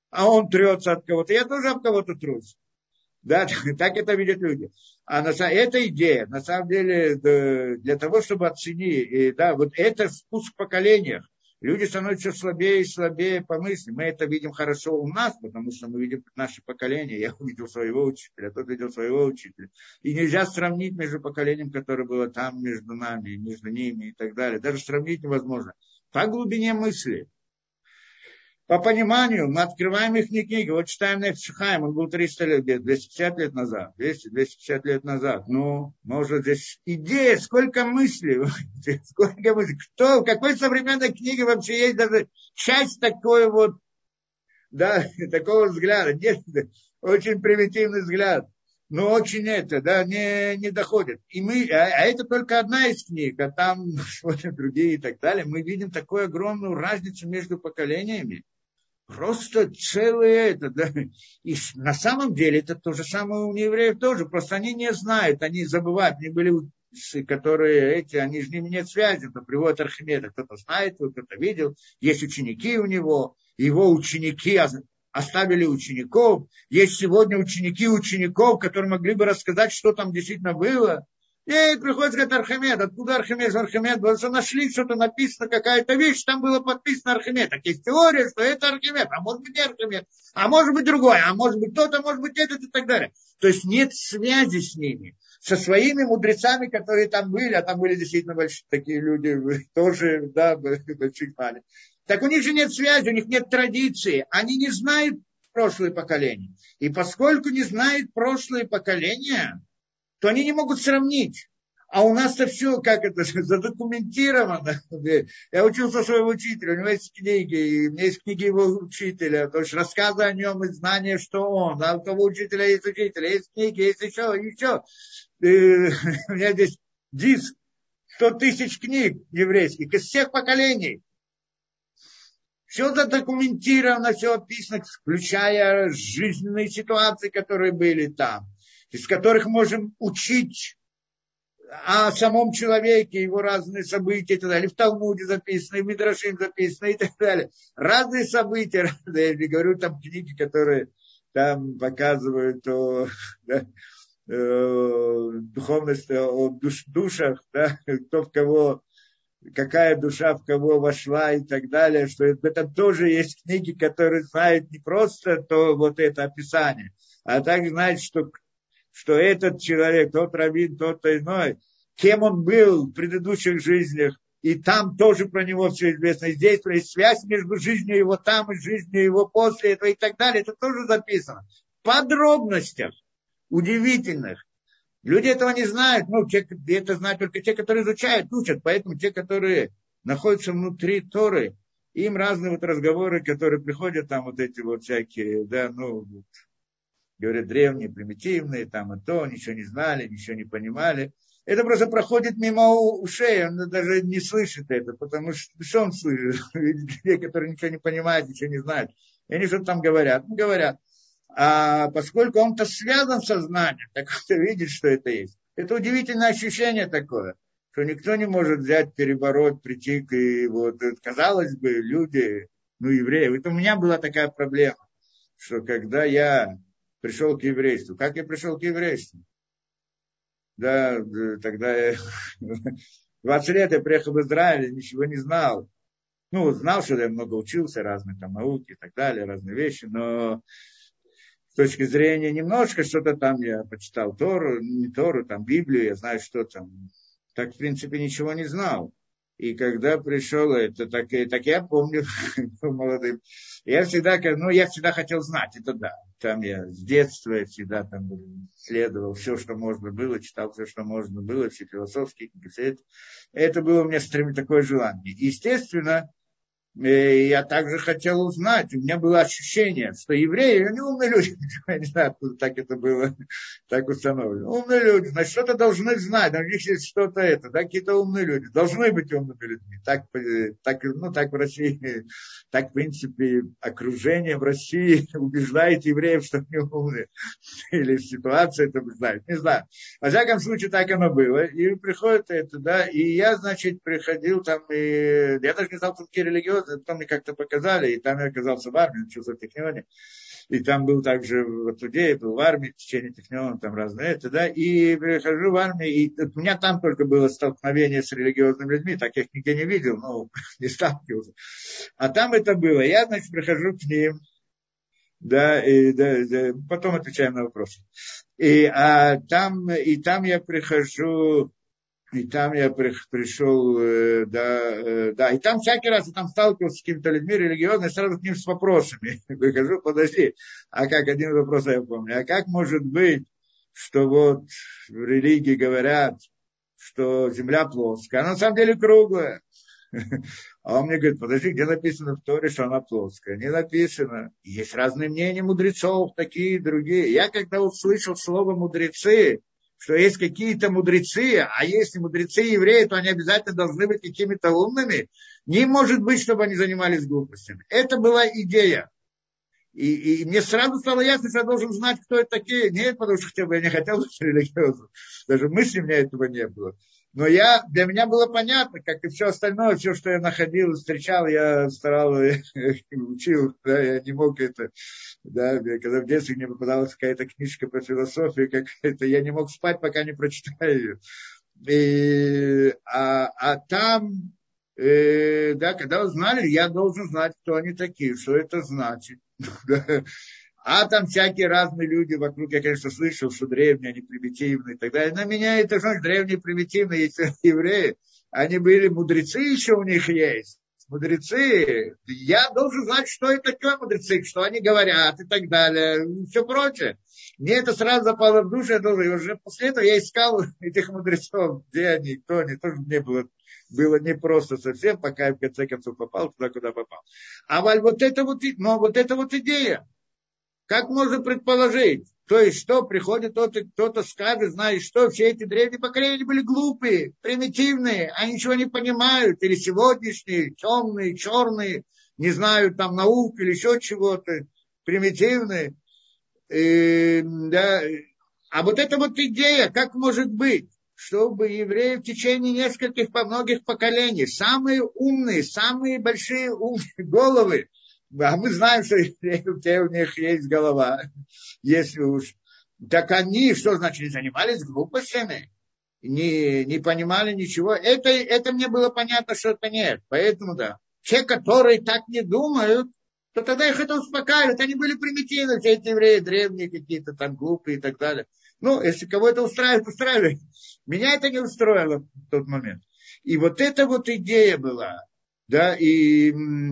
а он трется от кого-то, я тоже об кого-то трусь. Да, так это видят люди. А на, эта идея, на самом деле, для того, чтобы оценить, и, да, вот это спуск в поколениях. Люди становятся слабее и слабее по мысли. Мы это видим хорошо у нас, потому что мы видим наше поколение. Я увидел своего учителя, тот видел своего учителя. И нельзя сравнить между поколением, которое было там, между нами, между ними и так далее. Даже сравнить невозможно. По глубине мысли. По пониманию, мы открываем их книги, вот читаем Нефеш Хаим, он был триста лет, двести пятьдесят лет назад, двести двести пятьдесят лет назад. Ну, может, здесь идея, сколько мыслей, сколько мыслей, кто, в какой современной книге вообще есть даже часть такой вот, да, такого взгляда. Нет, очень примитивный взгляд, но очень это, да, не, не доходит. И мы, а, а это только одна из книг, а там смотрим другие и так далее. Мы видим такую огромную разницу между поколениями. Просто целое это, да. И на самом деле это то же самое у неевреев тоже. Просто они не знают, они забывают. Они были, которые эти, они с ними нет связи. Это приводит Архимеда. Кто-то знает, кто-то видел. Есть ученики у него. Его ученики оставили учеников. Есть сегодня ученики учеников, которые могли бы рассказать, что там действительно было. И приходит, говорит, Архимед, откуда Архимед, Архимед, потому что нашли, что-то написано, какая-то вещь, там было подписано Архимед. Так есть теория, что это Архимед, а может быть не Архимед, а может быть другой, а может быть тот, а может быть этот и так далее. То есть нет связи с ними, со своими мудрецами, которые там были, а там были действительно большие такие люди, тоже, да, больших знали. Так у них же нет связи, у них нет традиции, они не знают прошлое поколение. И поскольку не знают прошлое поколение, то они не могут сравнить. А у нас-то все, как это, задокументировано. Я учился у своего учителя, у него есть книги, и у меня есть книги его учителя, то есть рассказы о нем и знания, что он. А у того учителя есть учитель, есть книги, есть еще, еще. И у меня здесь диск, сто тысяч книг еврейских из всех поколений. Все задокументировано, все описано, включая жизненные ситуации, которые были там, из которых можем учить о самом человеке, его разные события и так далее. В Талмуде записано, в Мидрашим записано и так далее. Разные события, разные. Я не говорю там книги, которые там показывают о, да, о духовности, о душ, душах, да, кто в кого, какая душа в кого вошла и так далее. Что в этом тоже есть книги, которые знают не просто то вот это описание, а также знают, что что этот человек, тот раввин, тот-то иной, кем он был в предыдущих жизнях, и там тоже про него все известно. И здесь есть связь между жизнью его там и жизнью его после этого и так далее. Это тоже записано. В подробностях удивительных. Люди этого не знают. Ну, те, это знают только те, которые изучают, учат. Поэтому те, которые находятся внутри Торы, им разные вот разговоры, которые приходят, там вот эти вот всякие, да, ну, говорят, древние, примитивные, там и то, ничего не знали, ничего не понимали. Это просто проходит мимо ушей, он даже не слышит это, потому что что он слышит? Люди, которые ничего не понимают, ничего не знают. И они что-то там говорят, ну, говорят. А поскольку он-то связан со знанием, так он видит, что это есть. Это удивительное ощущение такое, что никто не может взять, перебороть, прийти к, и вот, казалось бы, люди, ну, евреи. Это у меня была такая проблема, что когда я пришел к еврейству. Как я пришел к еврейству? Да, тогда я... двадцать лет я приехал в Израиль, ничего не знал. Ну, знал, что я много учился, разные там науки и так далее, разные вещи, но с точки зрения немножко что-то там я почитал Тору, не Тору, там Библию, я знаю, что там. Так, в принципе, ничего не знал. И когда пришел это, так, так я помню, молодым, я всегда, ну, я всегда хотел знать, это да. Там я с детства всегда там исследовал все, что можно было, читал все, что можно было, все философские книги, все это. Это было у меня стремление, такое желание. Естественно, я также хотел узнать, у меня было ощущение, что евреи, они умные люди, я не знаю, откуда так это было, так установлено. Умные люди, значит, что-то должны знать, у них есть что-то это, да, какие-то умные люди, должны быть умными людьми. Так, так, ну, так в России, так, в принципе, окружение в России убеждает евреев, что они умные. Или ситуация это знают, не знаю. Во всяком случае, так оно было. И приходит это, да, и я, значит, приходил там, и я даже не знал, что такие религиозные. потом мне как-то показали, и там я оказался в армии, начался в Технионе. И там был также в Атудее, был в армии, в течение Техниона, там разные это, да, и прихожу в армию, и у меня там только было столкновение с религиозными людьми, так я их нигде не видел, но не сталкивался. А там это было. Я, значит, прихожу к ним, да, и да, да, потом отвечаем на вопросы. И, а там, и там я прихожу, и там я при, пришел, э, да, э, да, и там всякий раз я там сталкивался с какими-то людьми религиозными, сразу к ним с вопросами. Прихожу, подожди, а как, один вопрос я помню, а как может быть, что вот в религии говорят, что земля плоская, а на самом деле круглая? А он мне говорит, подожди, где написано в Торе, что она плоская? Не написано. Есть разные мнения мудрецов, такие, другие. Я когда услышал слово мудрецы, что есть какие-то мудрецы, а если мудрецы евреи, то они обязательно должны быть какими-то умными, не может быть, чтобы они занимались глупостями. Это была идея. И, и мне сразу стало ясно, что я должен знать, кто это такие. Нет, потому что хотя бы я не хотел быть религиозным. Даже мысли у меня этого не было. Но я, для меня было понятно, как и все остальное, все, что я находил, встречал, я старался, учил, да, я не мог это, да, когда в детстве мне попадалась какая-то книжка по философии, какая-то, я не мог спать, пока не прочитаю ее. И, а, а там, э, да, когда узнали, я должен знать, кто они такие, что это значит. А там всякие разные люди вокруг, я, конечно, слышал, что древние, они примитивные и так далее. На меня это же древние, примитивные, если евреи, они были мудрецы еще у них есть. Мудрецы, я должен знать, что это такое мудрецы, что они говорят и так далее, и все прочее. Мне это сразу запало в душу, я должен, и уже после этого я искал этих мудрецов, где они, кто они, тоже мне было, было непросто совсем, пока я в конце концов попал туда, куда попал. А вот это вот, но вот эта вот идея, как можно предположить? То есть, что приходит кто-то, кто-то скажет, знаешь, что все эти древние поколения были глупые, примитивные, они ничего не понимают, или сегодняшние, темные, черные, не знают там наук или еще чего-то, примитивные. И, да. А вот эта вот идея, как может быть, чтобы евреи в течение нескольких, по многих поколений, самые умные, самые большие умные головы, а мы знаем, что у них есть голова, если уж. Так они, что значит, не занимались глупостями, не, не понимали ничего. Это, это мне было понятно, что это нет. Поэтому, да, те, которые так не думают, то тогда их это успокаивает. Они были примитивны, все эти евреи древние какие-то там глупые и так далее. Ну, если кого это устраивает, устраивает. Меня это не устроило в тот момент. И вот эта вот идея была, да, и...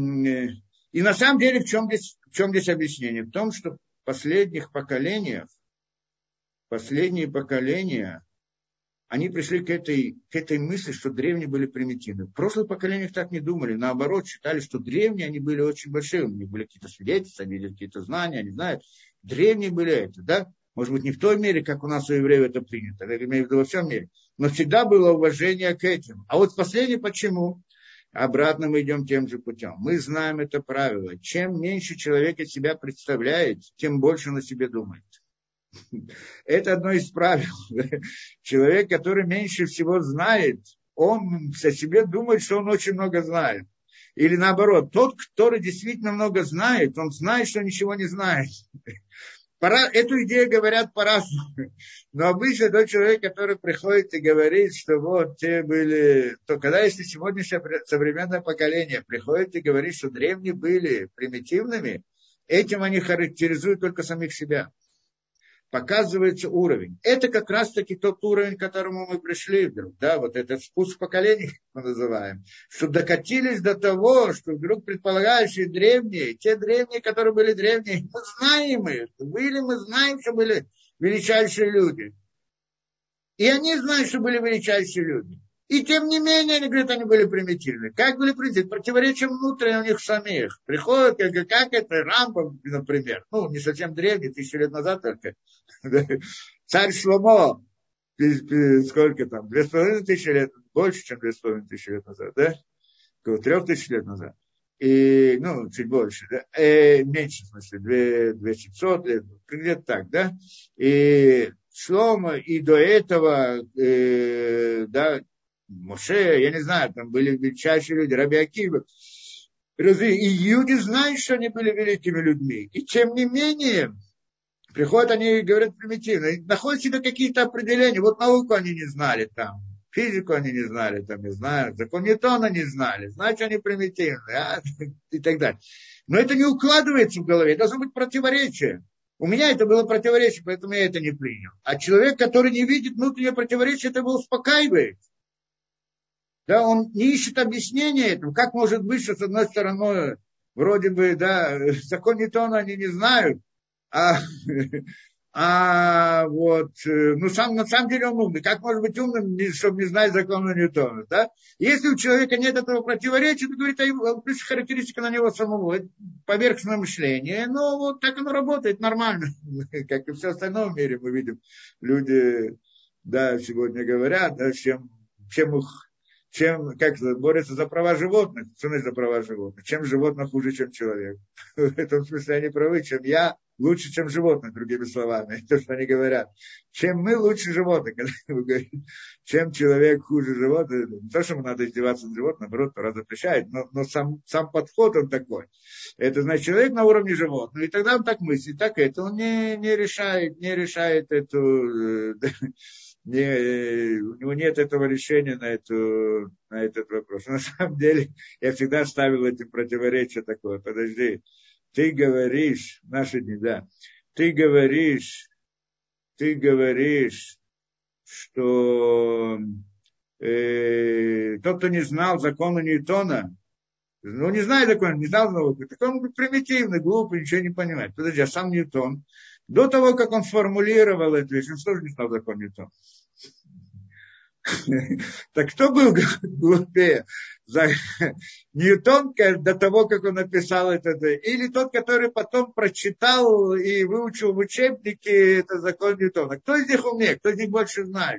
И на самом деле в чем здесь, в чем здесь объяснение? В том, что в последних поколениях, последние поколения, они пришли к этой, к этой мысли, что древние были примитивны. В прошлых поколениях так не думали. Наоборот, считали, что древние, они были очень большие. У них были какие-то свидетельства, они видели какие-то знания, они знают. Древние были это, да? Может быть, не в той мере, как у нас у евреев это принято. Я имею в виду во всем мире. Но всегда было уважение к этим. А вот в последнее почему? Обратно мы идем тем же путем. Мы знаем это правило. Чем меньше человек из себя представляет, тем больше он о себе думает. Это одно из правил. Человек, который меньше всего знает, он о себе думает, что он очень много знает. Или наоборот, тот, который действительно много знает, он знает, что ничего не знает. Пора, эту идею говорят по-разному. Но обычно тот человек, который приходит и говорит, что вот те были... То когда если сегодняшнее современное поколение приходит и говорит, что древние были примитивными, этим они характеризуют только самих себя. Показывается уровень. Это как раз-таки тот уровень, к которому мы пришли вдруг. Да, вот этот спуск поколений, мы называем. Что докатились до того, что вдруг предполагающие древние, те древние, которые были древние, мы знаем их. Были, мы знаем, что были величайшие люди. И они знают, что были величайшие люди. И тем не менее, они говорят, они были примитивны. Как были примитивны? Противоречие внутреннее у них самих. Приходят, как, как это, Рамбам, например. Ну, не совсем древний, тысячу лет назад только. Царь Шломо, сколько там, две с половиной тысячи лет, больше, чем две с половиной тысячи лет назад, да? Около трех тысяч лет назад. И, ну, чуть больше, да? Э, меньше, в смысле, две тысячи пятьсот лет, где-то так, да? И Шломо, и до этого, э, да, Моше, я не знаю, там были величайшие люди, Раби Акива. Разве и люди знают, что они были великими людьми. И тем не менее, приходят они и говорят примитивно. И находят себе какие-то определения. Вот науку они не знали там. Физику они не знали, там, не знаю, закон Ньютона не знали, значит, они примитивные, а? И так далее. Но это не укладывается в голове, должно быть противоречие. У меня это было противоречие, поэтому я это не принял. А человек, который не видит внутреннее противоречие, это его успокаивает. Да, он не ищет объяснения этому. Как может быть, что с одной стороны, вроде бы, да, закон Ньютона они не знают, а, а вот, ну, сам, на самом деле он умный. Как может быть умным, чтобы не знать закона Ньютона, да? Если у человека нет этого противоречия, то говорит, а плюс характеристика на него самого, поверхностное мышление, но вот так оно работает нормально, как и все остальное в мире мы видим. Люди, да, сегодня говорят, да, чем, чем их чем, как борются за права животных, что значит за права животных? Чем животное хуже, чем человек? В этом смысле они правы, чем я лучше, чем животное, другими словами. То, что они говорят. Чем мы лучше животных, когда вы говорите, чем человек хуже животных. Не то, что надо издеваться над животным, наоборот, Тора запрещает, но, но сам, сам подход он такой. Это значит, человек на уровне животного. И тогда он так мыслит, так это. Он не, не решает, не решает эту... Не, у него нет этого решения на, эту, на этот вопрос. На самом деле, я всегда ставил эти противоречия такое. Подожди, ты говоришь, наши дни, да, ты говоришь, ты говоришь, что э, тот, кто не знал закона Ньютона, ну, не знает закон, не знал науку, так он примитивный, глупый, ничего не понимает. Подожди, а сам Ньютон, до того, как он сформулировал эту вещь, он тоже не знал закон Ньютона. Так кто был глупее? Ньютон до того, как он написал это, или тот, который потом прочитал и выучил в учебнике это закон Ньютона? Кто из них умнее? Кто из них больше знает?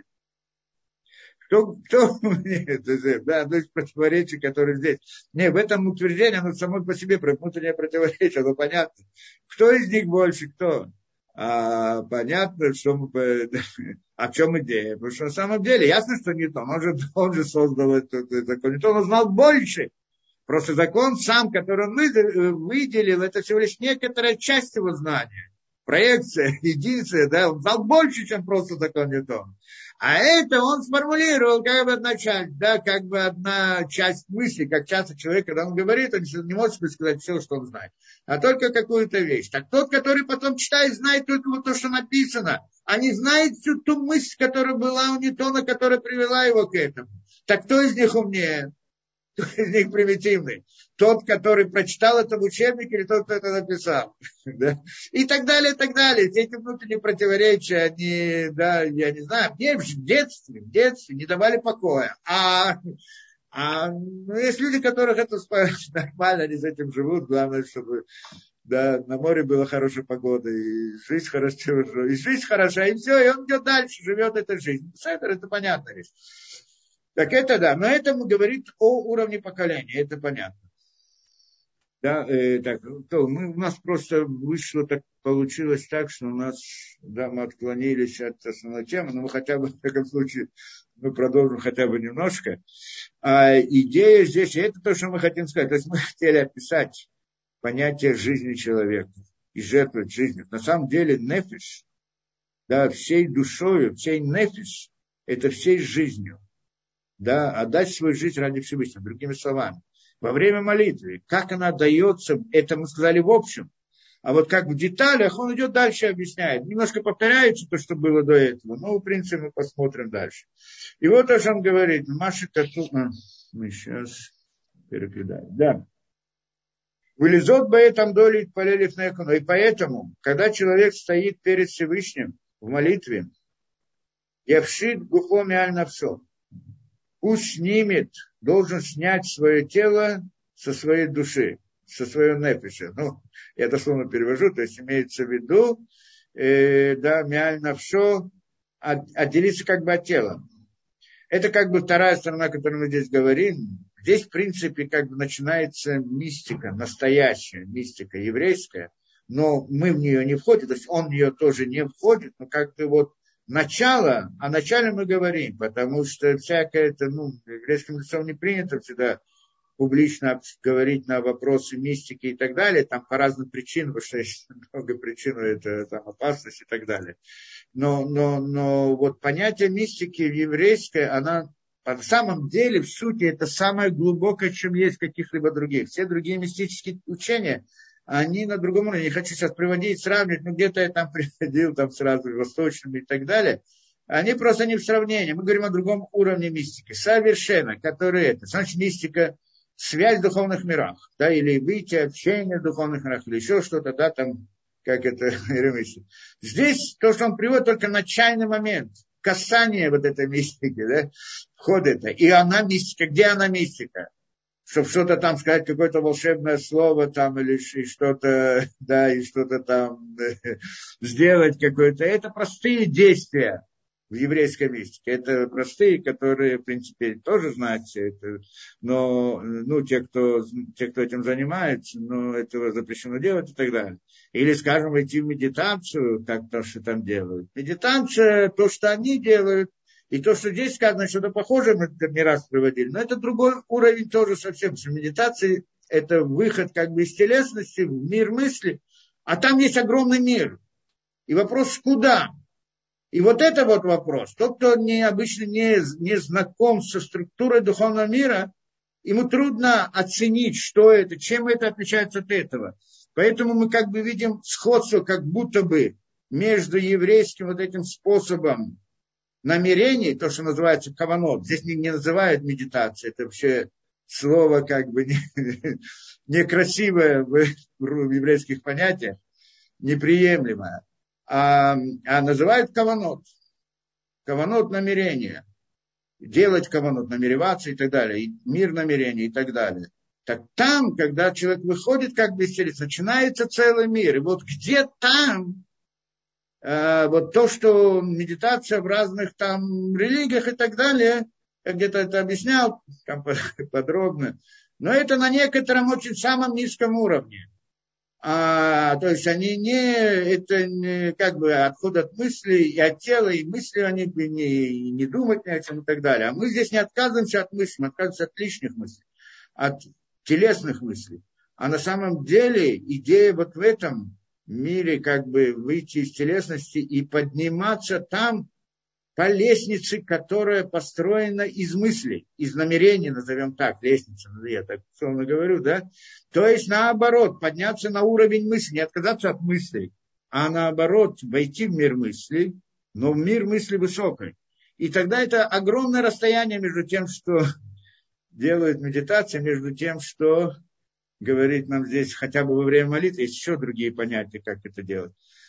Кто, кто умнее? Да, то есть противоречие, которое здесь. Не, в этом утверждении, оно само по себе внутреннее противоречие, оно понятно. Кто из них больше, кто? А, понятно, что мы, о чем идея. Потому что на самом деле ясно, что Ньютон, он же, он же создал этот, этот закон. Ньютон знал больше. Просто закон сам, который он выделил, это всего лишь некоторая часть его знания. Проекция, единица, да, он знал больше, чем просто закон Ньютона. А это он сформулировал как бы одна часть, да, как бы одна часть мысли, как часто человек, когда он говорит, он не может сказать все, что он знает, а только какую-то вещь. Так тот, который потом читает, знает только вот то, что написано, а не знает всю ту мысль, которая была у Ньютона, которая привела его к этому. Так кто из них умнее? Кто из них примитивный? Тот, который прочитал это в учебнике, или тот, кто это написал. Да? И так далее, и так далее. Все эти внутренние противоречия, они, да, я не знаю, мне в детстве, в детстве не давали покоя. А, а ну, есть люди, которых это нормально, они с этим живут. Главное, чтобы да, на море была хорошая погода, и жизнь хорошая, и жизнь хороша, и все, и он идет дальше, живет этой жизнью. Это, это понятная вещь. Так это да, но это говорит о уровне поколения, это понятно. Да, э, так, то мы, у нас просто вышло, так получилось так, что у нас, да, мы отклонились от основной темы, но мы хотя бы, в таком случае, мы продолжим хотя бы немножко. А идея здесь, и это то, что мы хотим сказать, то есть мы хотели описать понятие жизни человека и жертвовать жизнью. На самом деле нефиш, да, всей душою, всей нефиш, это всей жизнью. Да, отдать свою жизнь ради Всевышнего, другими словами. Во время молитвы, как она дается, это мы сказали в общем, а вот как в деталях, он идет дальше и объясняет. Немножко повторяется то, что было до этого, но в принципе мы посмотрим дальше. И вот о чем говорит Маша Катуна. Мы сейчас перекледаем. Да. Вылезет бы этом долей полелив на экону. И поэтому, когда человек стоит перед Всевышним в молитве, явшит гуфоми аль навсо, пусть снимет, должен снять свое тело со своей души, со своей нефиша. Ну, я дословно перевожу, то есть имеется в виду, э, да, миаль навшо, от, отделиться как бы от тела. Это как бы вторая сторона, о которой мы здесь говорим. Здесь, в принципе, как бы начинается мистика, настоящая мистика еврейская, но мы в нее не входим, то есть он в нее тоже не входит, но как-то вот начало, о начале мы говорим, потому что всякое это, ну, еврейским лицом не принято всегда публично говорить на вопросы мистики и так далее, там по разным причинам, потому что есть много причин, это там опасность и так далее. Но, но, но вот понятие мистики еврейское, она на самом деле, в сути, это самое глубокое, чем есть в каких-либо других. Все другие мистические учения, они на другом уровне. Не хочу сейчас приводить, сравнивать, но где-то я там приводил, там сразу восточными и так далее. Они просто не в сравнении. Мы говорим о другом уровне мистики. Совершенно, который это. Значит, мистика, связь в духовных мирах, да, или выйти, общение в духовных мирах, или еще что-то, да, там, как это, здесь то, что он приводит, только начальный момент. Касание вот этой мистики, да, вход это. И она мистика. Где она мистика? Чтобы что-то там сказать, какое-то волшебное слово там, или что-то, да, и что-то там сделать какое-то. Это простые действия в еврейской мистике. Это простые, которые, в принципе, тоже знают все это. Но, ну, те, кто, те, кто этим занимается, ну, этого запрещено делать и так далее. Или, скажем, войти в медитацию, как то, что там делают. Медитация, то, что они делают, и то, что здесь сказано, что-то похожее, мы не раз приводили, но это другой уровень тоже совсем. Что медитация – это выход как бы из телесности в мир мысли, а там есть огромный мир. И вопрос, куда? И вот это вот вопрос. Тот, кто не, обычно не, не знаком со структурой духовного мира, ему трудно оценить, что это, чем это отличается от этого. Поэтому мы как бы видим сходство, как будто бы между еврейским вот этим способом намерений, то, что называется каванот. Здесь не, не называют медитацией, это вообще слово как бы не, некрасивое в, в еврейских понятиях, неприемлемое. А, а называют каванот. Каванот намерения. Делать каванот, намереваться и так далее. И мир намерений и так далее. Так там, когда человек выходит как бы из телес, начинается целый мир. И вот где там, э, вот то, что медитация в разных там религиях и так далее, я где-то это объяснял там подробно, но это на некотором очень самом низком уровне. А, то есть они не, это не, как бы отход от мыслей и от тела, и мысли они не, не думать ни о чем и так далее. А мы здесь не отказываемся от мыслей, мы отказываемся от лишних мыслей, от телесных мыслей. А на самом деле идея вот в этом мире как бы выйти из телесности и подниматься там по лестнице, которая построена из мыслей, из намерений, назовем так, лестница, я так словно говорю, да. То есть наоборот, подняться на уровень мыслей, не отказаться от мыслей, а наоборот, войти в мир мыслей, но в мир мыслей высокой. И тогда это огромное расстояние между тем, что делает медитация, между тем, что говорит нам здесь хотя бы во время молитвы, есть еще другие понятия, как это делать.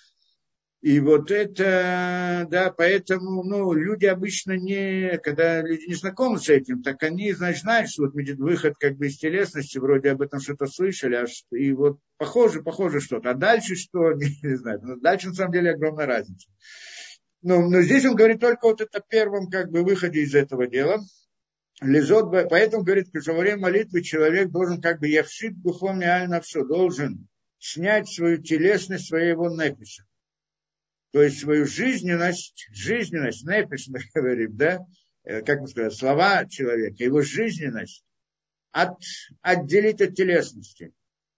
И вот это, да, поэтому, ну, люди обычно не, когда люди не знакомы с этим, так они, значит, знают, что вот выход как бы из телесности, вроде об этом что-то слышали, а что, и вот похоже, похоже что-то. А дальше что, не, не знаю, но дальше на самом деле огромная разница. Ну, но здесь он говорит только вот это первом как бы выходе из этого дела. Лежит, поэтому говорит, что во время молитвы человек должен как бы явшит духовно реально все, должен снять свою телесность своего нефиша. То есть свою жизненность, жизненность, нефиш, мы говорим, да, как мы сказали, слова человека, его жизненность от, отделить от телесности.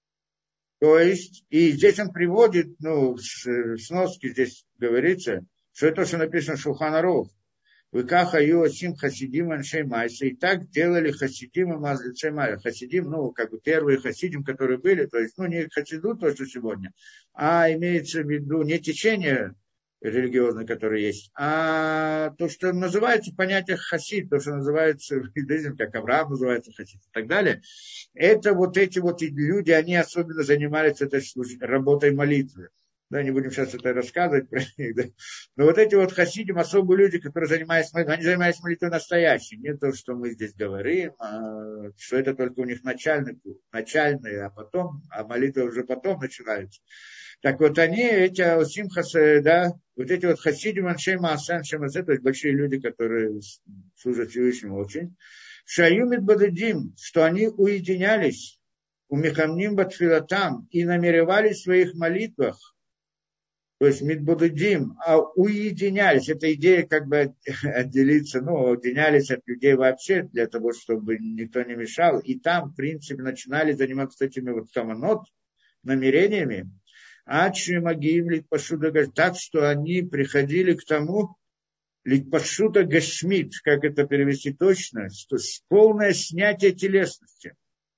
То есть, и здесь он приводит, ну, в сноске здесь говорится, что это то, что написано в Шулхан Арух. Выкаха юасим хасидим аншей майса. И так делали хасидим и мазлицей майя. Хасидим, ну, как бы первые хасидим, которые были, то есть, ну, не хасиду, то, что сегодня, а имеется в виду не течение религиозное, которое есть, а то, что называется понятие хасид, то, что называется в иудаизме, как Авраам называется хасид и так далее, это вот эти вот люди, они особенно занимались этой работой молитвы. Да, не будем сейчас это рассказывать про них, да. Но вот эти вот хасидим, особые люди, которые занимаются молитвой, они занимаются молитвой настоящей, не то, что мы здесь говорим, а что это только у них начальный, начальный, а потом, а молитва уже потом начинается. Так вот они, эти осимхасы, да, вот эти вот хасидим, аншема, асан, шемазе, то есть большие люди, которые служат Всевышнему очень, шаюмит бададим, что они уединялись у мехамним батфилатам и намеревались в своих молитвах То есть мидбудудим, а уединялись. Эта идея как бы отделиться, ну, уединялись от людей вообще, для того, чтобы никто не мешал. И там, в принципе, начинали заниматься этими вот каванот, намерениями. Ачи магиим литпашута гашмит. Так что они приходили к тому, литпашута гашмит, как это перевести точно, что полное снятие телесности.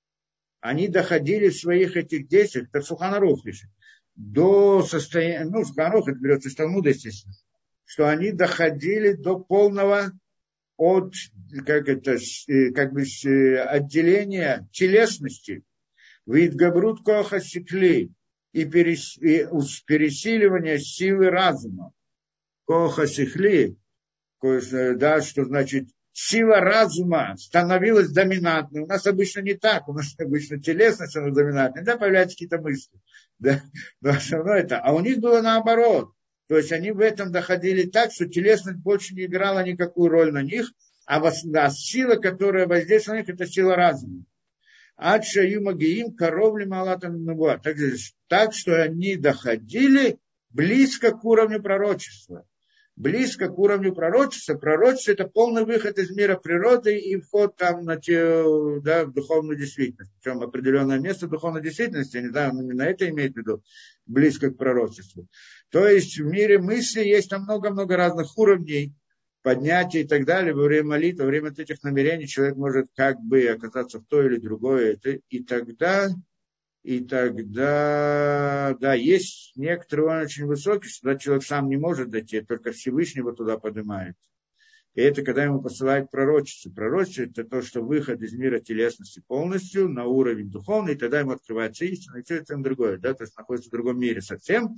Они доходили в своих этих действиях, это Шулхан Арух пишет, до состояния, ну, Шулхан Арух, это берется из Талмуда, естественно, что они доходили до полного от, как это, как бы, отделения телесности, видгабрут коха сикли, и пересиливания силы разума. Коха сикли, да, что значит, сила разума становилась доминантной. У нас обычно не так. У нас обычно телесность, она доминантная. Иногда появляются какие-то мысли. Да? Но основное это. А у них было наоборот. То есть они в этом доходили так, что телесность больше не играла никакую роль на них, а, а сила, которая воздействовала на них, это сила разума. Адша юмагиим коровли малатам набуа. Так что они доходили близко к уровню пророчества. Близко к уровню пророчества. Пророчество – это полный выход из мира природы и вход там на те, да, в духовную действительность. Причем определенное место духовной действительности, я не знаю, он именно это имеет в виду, близко к пророчеству. То есть в мире мысли есть там много-много разных уровней, поднятия и так далее. Во время молитвы, во время этих намерений человек может как бы оказаться в то или другое. И тогда... И тогда, да, есть некоторые, он очень высокий, что туда человек сам не может дойти, только Всевышнего туда поднимает. И это когда ему посылают пророчество. Пророчество – это то, что выход из мира телесности полностью на уровень духовный, и тогда ему открывается истина, и все это другое, да, то есть находится в другом мире совсем.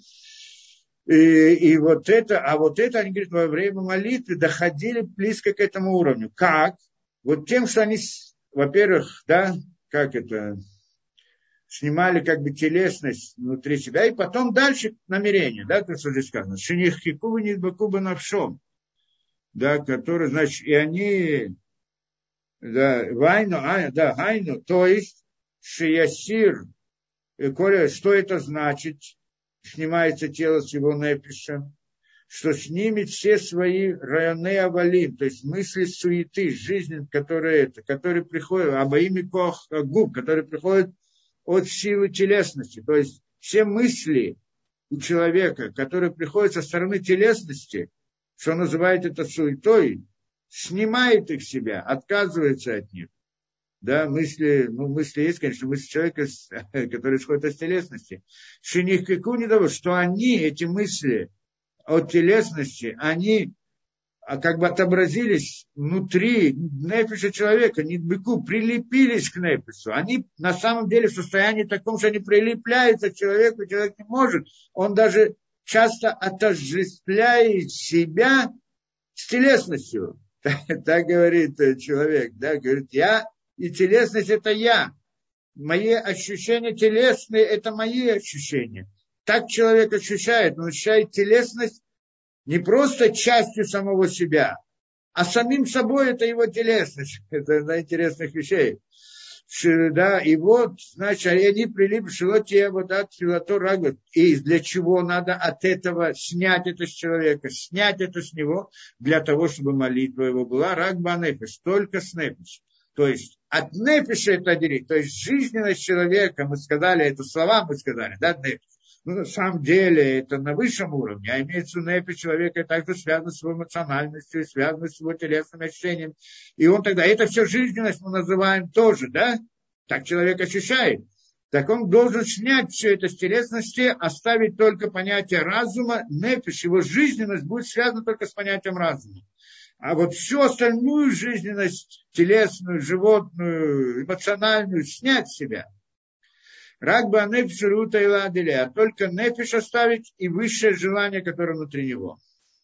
И, и вот это, а вот это, они говорят, во время молитвы доходили близко к этому уровню. Как? Вот тем, что они, во-первых, да, как это... снимали как бы телесность внутри себя, и потом дальше намерение, да, то, что здесь сказано, шинихкикубы нидбакубы навшом, да, который, значит, и они, да, вайну, а, да, гайну, то есть, шиясир, Коля, что это значит, снимается тело с его непиша, что снимет все свои районы авалим, то есть мысли суеты, жизнь, которые это, которые приходят, абаими кох губ, которые приходят от силы телесности. То есть все мысли у человека, которые приходят со стороны телесности, что он называет это суетой, снимает их с себя, отказывается от них. Да, мысли, ну, мысли есть, конечно, мысли человека, которые исходят от телесности. Шинихкику не того, что они, эти мысли от телесности, они а как бы отобразились внутри нефиша человека, нидбеку, прилепились к нефису. Они на самом деле в состоянии таком, что они прилепляются к человеку, человек не может. Он даже часто отождествляет себя с телесностью. Так, так говорит человек, да, говорит, я и телесность это я. Мои ощущения телесные это мои ощущения. Так человек ощущает, он ощущает телесность не просто частью самого себя, а самим собой это его телесность. Это одна из интересных вещей. Да, и вот, значит, они прилипли, шилоте, вот от филато рагут. И для чего надо от этого снять это с человека, снять это с него, для того, чтобы молитва его была рагба нефиш, только с нефиш. То есть от нефиша это отделить, то есть жизненность человека, мы сказали, это слова мы сказали, да, нефиш. Ну, на самом деле, это на высшем уровне, а имеется в виду человека, также связано с его эмоциональностью, связано с его телесным ощущением. И он тогда, это все жизненность мы называем тоже, да? Так человек ощущает. Так он должен снять все это с телесности, оставить только понятие разума, нефиш, его жизненность будет связана только с понятием разума. А вот всю остальную жизненность, телесную, животную, эмоциональную, снять с себя. Рагба нефиш рута и ладеля, а только нефиш оставить и высшее желание, которое внутри него.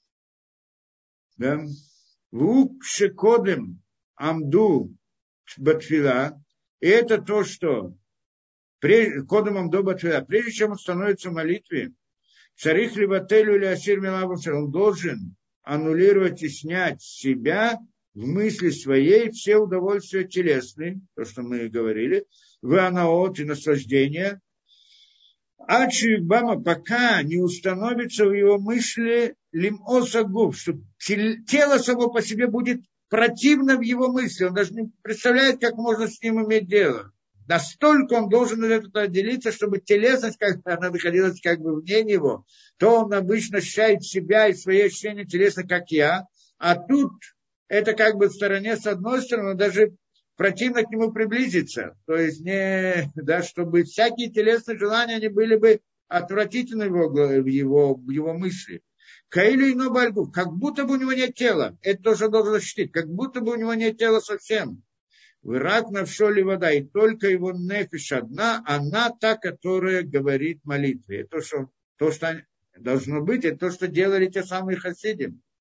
Да? Вук шекодем амду батфила, и это то, что кодем амду батфила, прежде чем он становится в молитве, царих либателю или асир милабусер, он должен аннулировать и снять с себя в мысли своей все удовольствия телесные, то, что мы говорили, в анаот и наслаждение, Ачибама, пока не установится в его мысли лимоса губ, что тело само по себе будет противно в его мысли. Он даже не представляет, как можно с ним иметь дело. Настолько он должен от этого отделиться, чтобы телесность, как она находилась как бы вне него, то он обычно ощущает себя и свои ощущения телесно, как я, а тут это как бы в стороне с одной стороны, даже противно к нему приблизиться. То есть, не, да, чтобы всякие телесные желания, они были бы отвратительны в его, в его, в его мысли. Каилю ино бальгу, как будто бы у него нет тела. Это тоже должен защитить. Как будто бы у него нет тела совсем. Вырак навшо ли вода. И только его нефиш одна, она та, которая говорит молитве. То, что, то, что должно быть, это то, что делали те самые хасидим.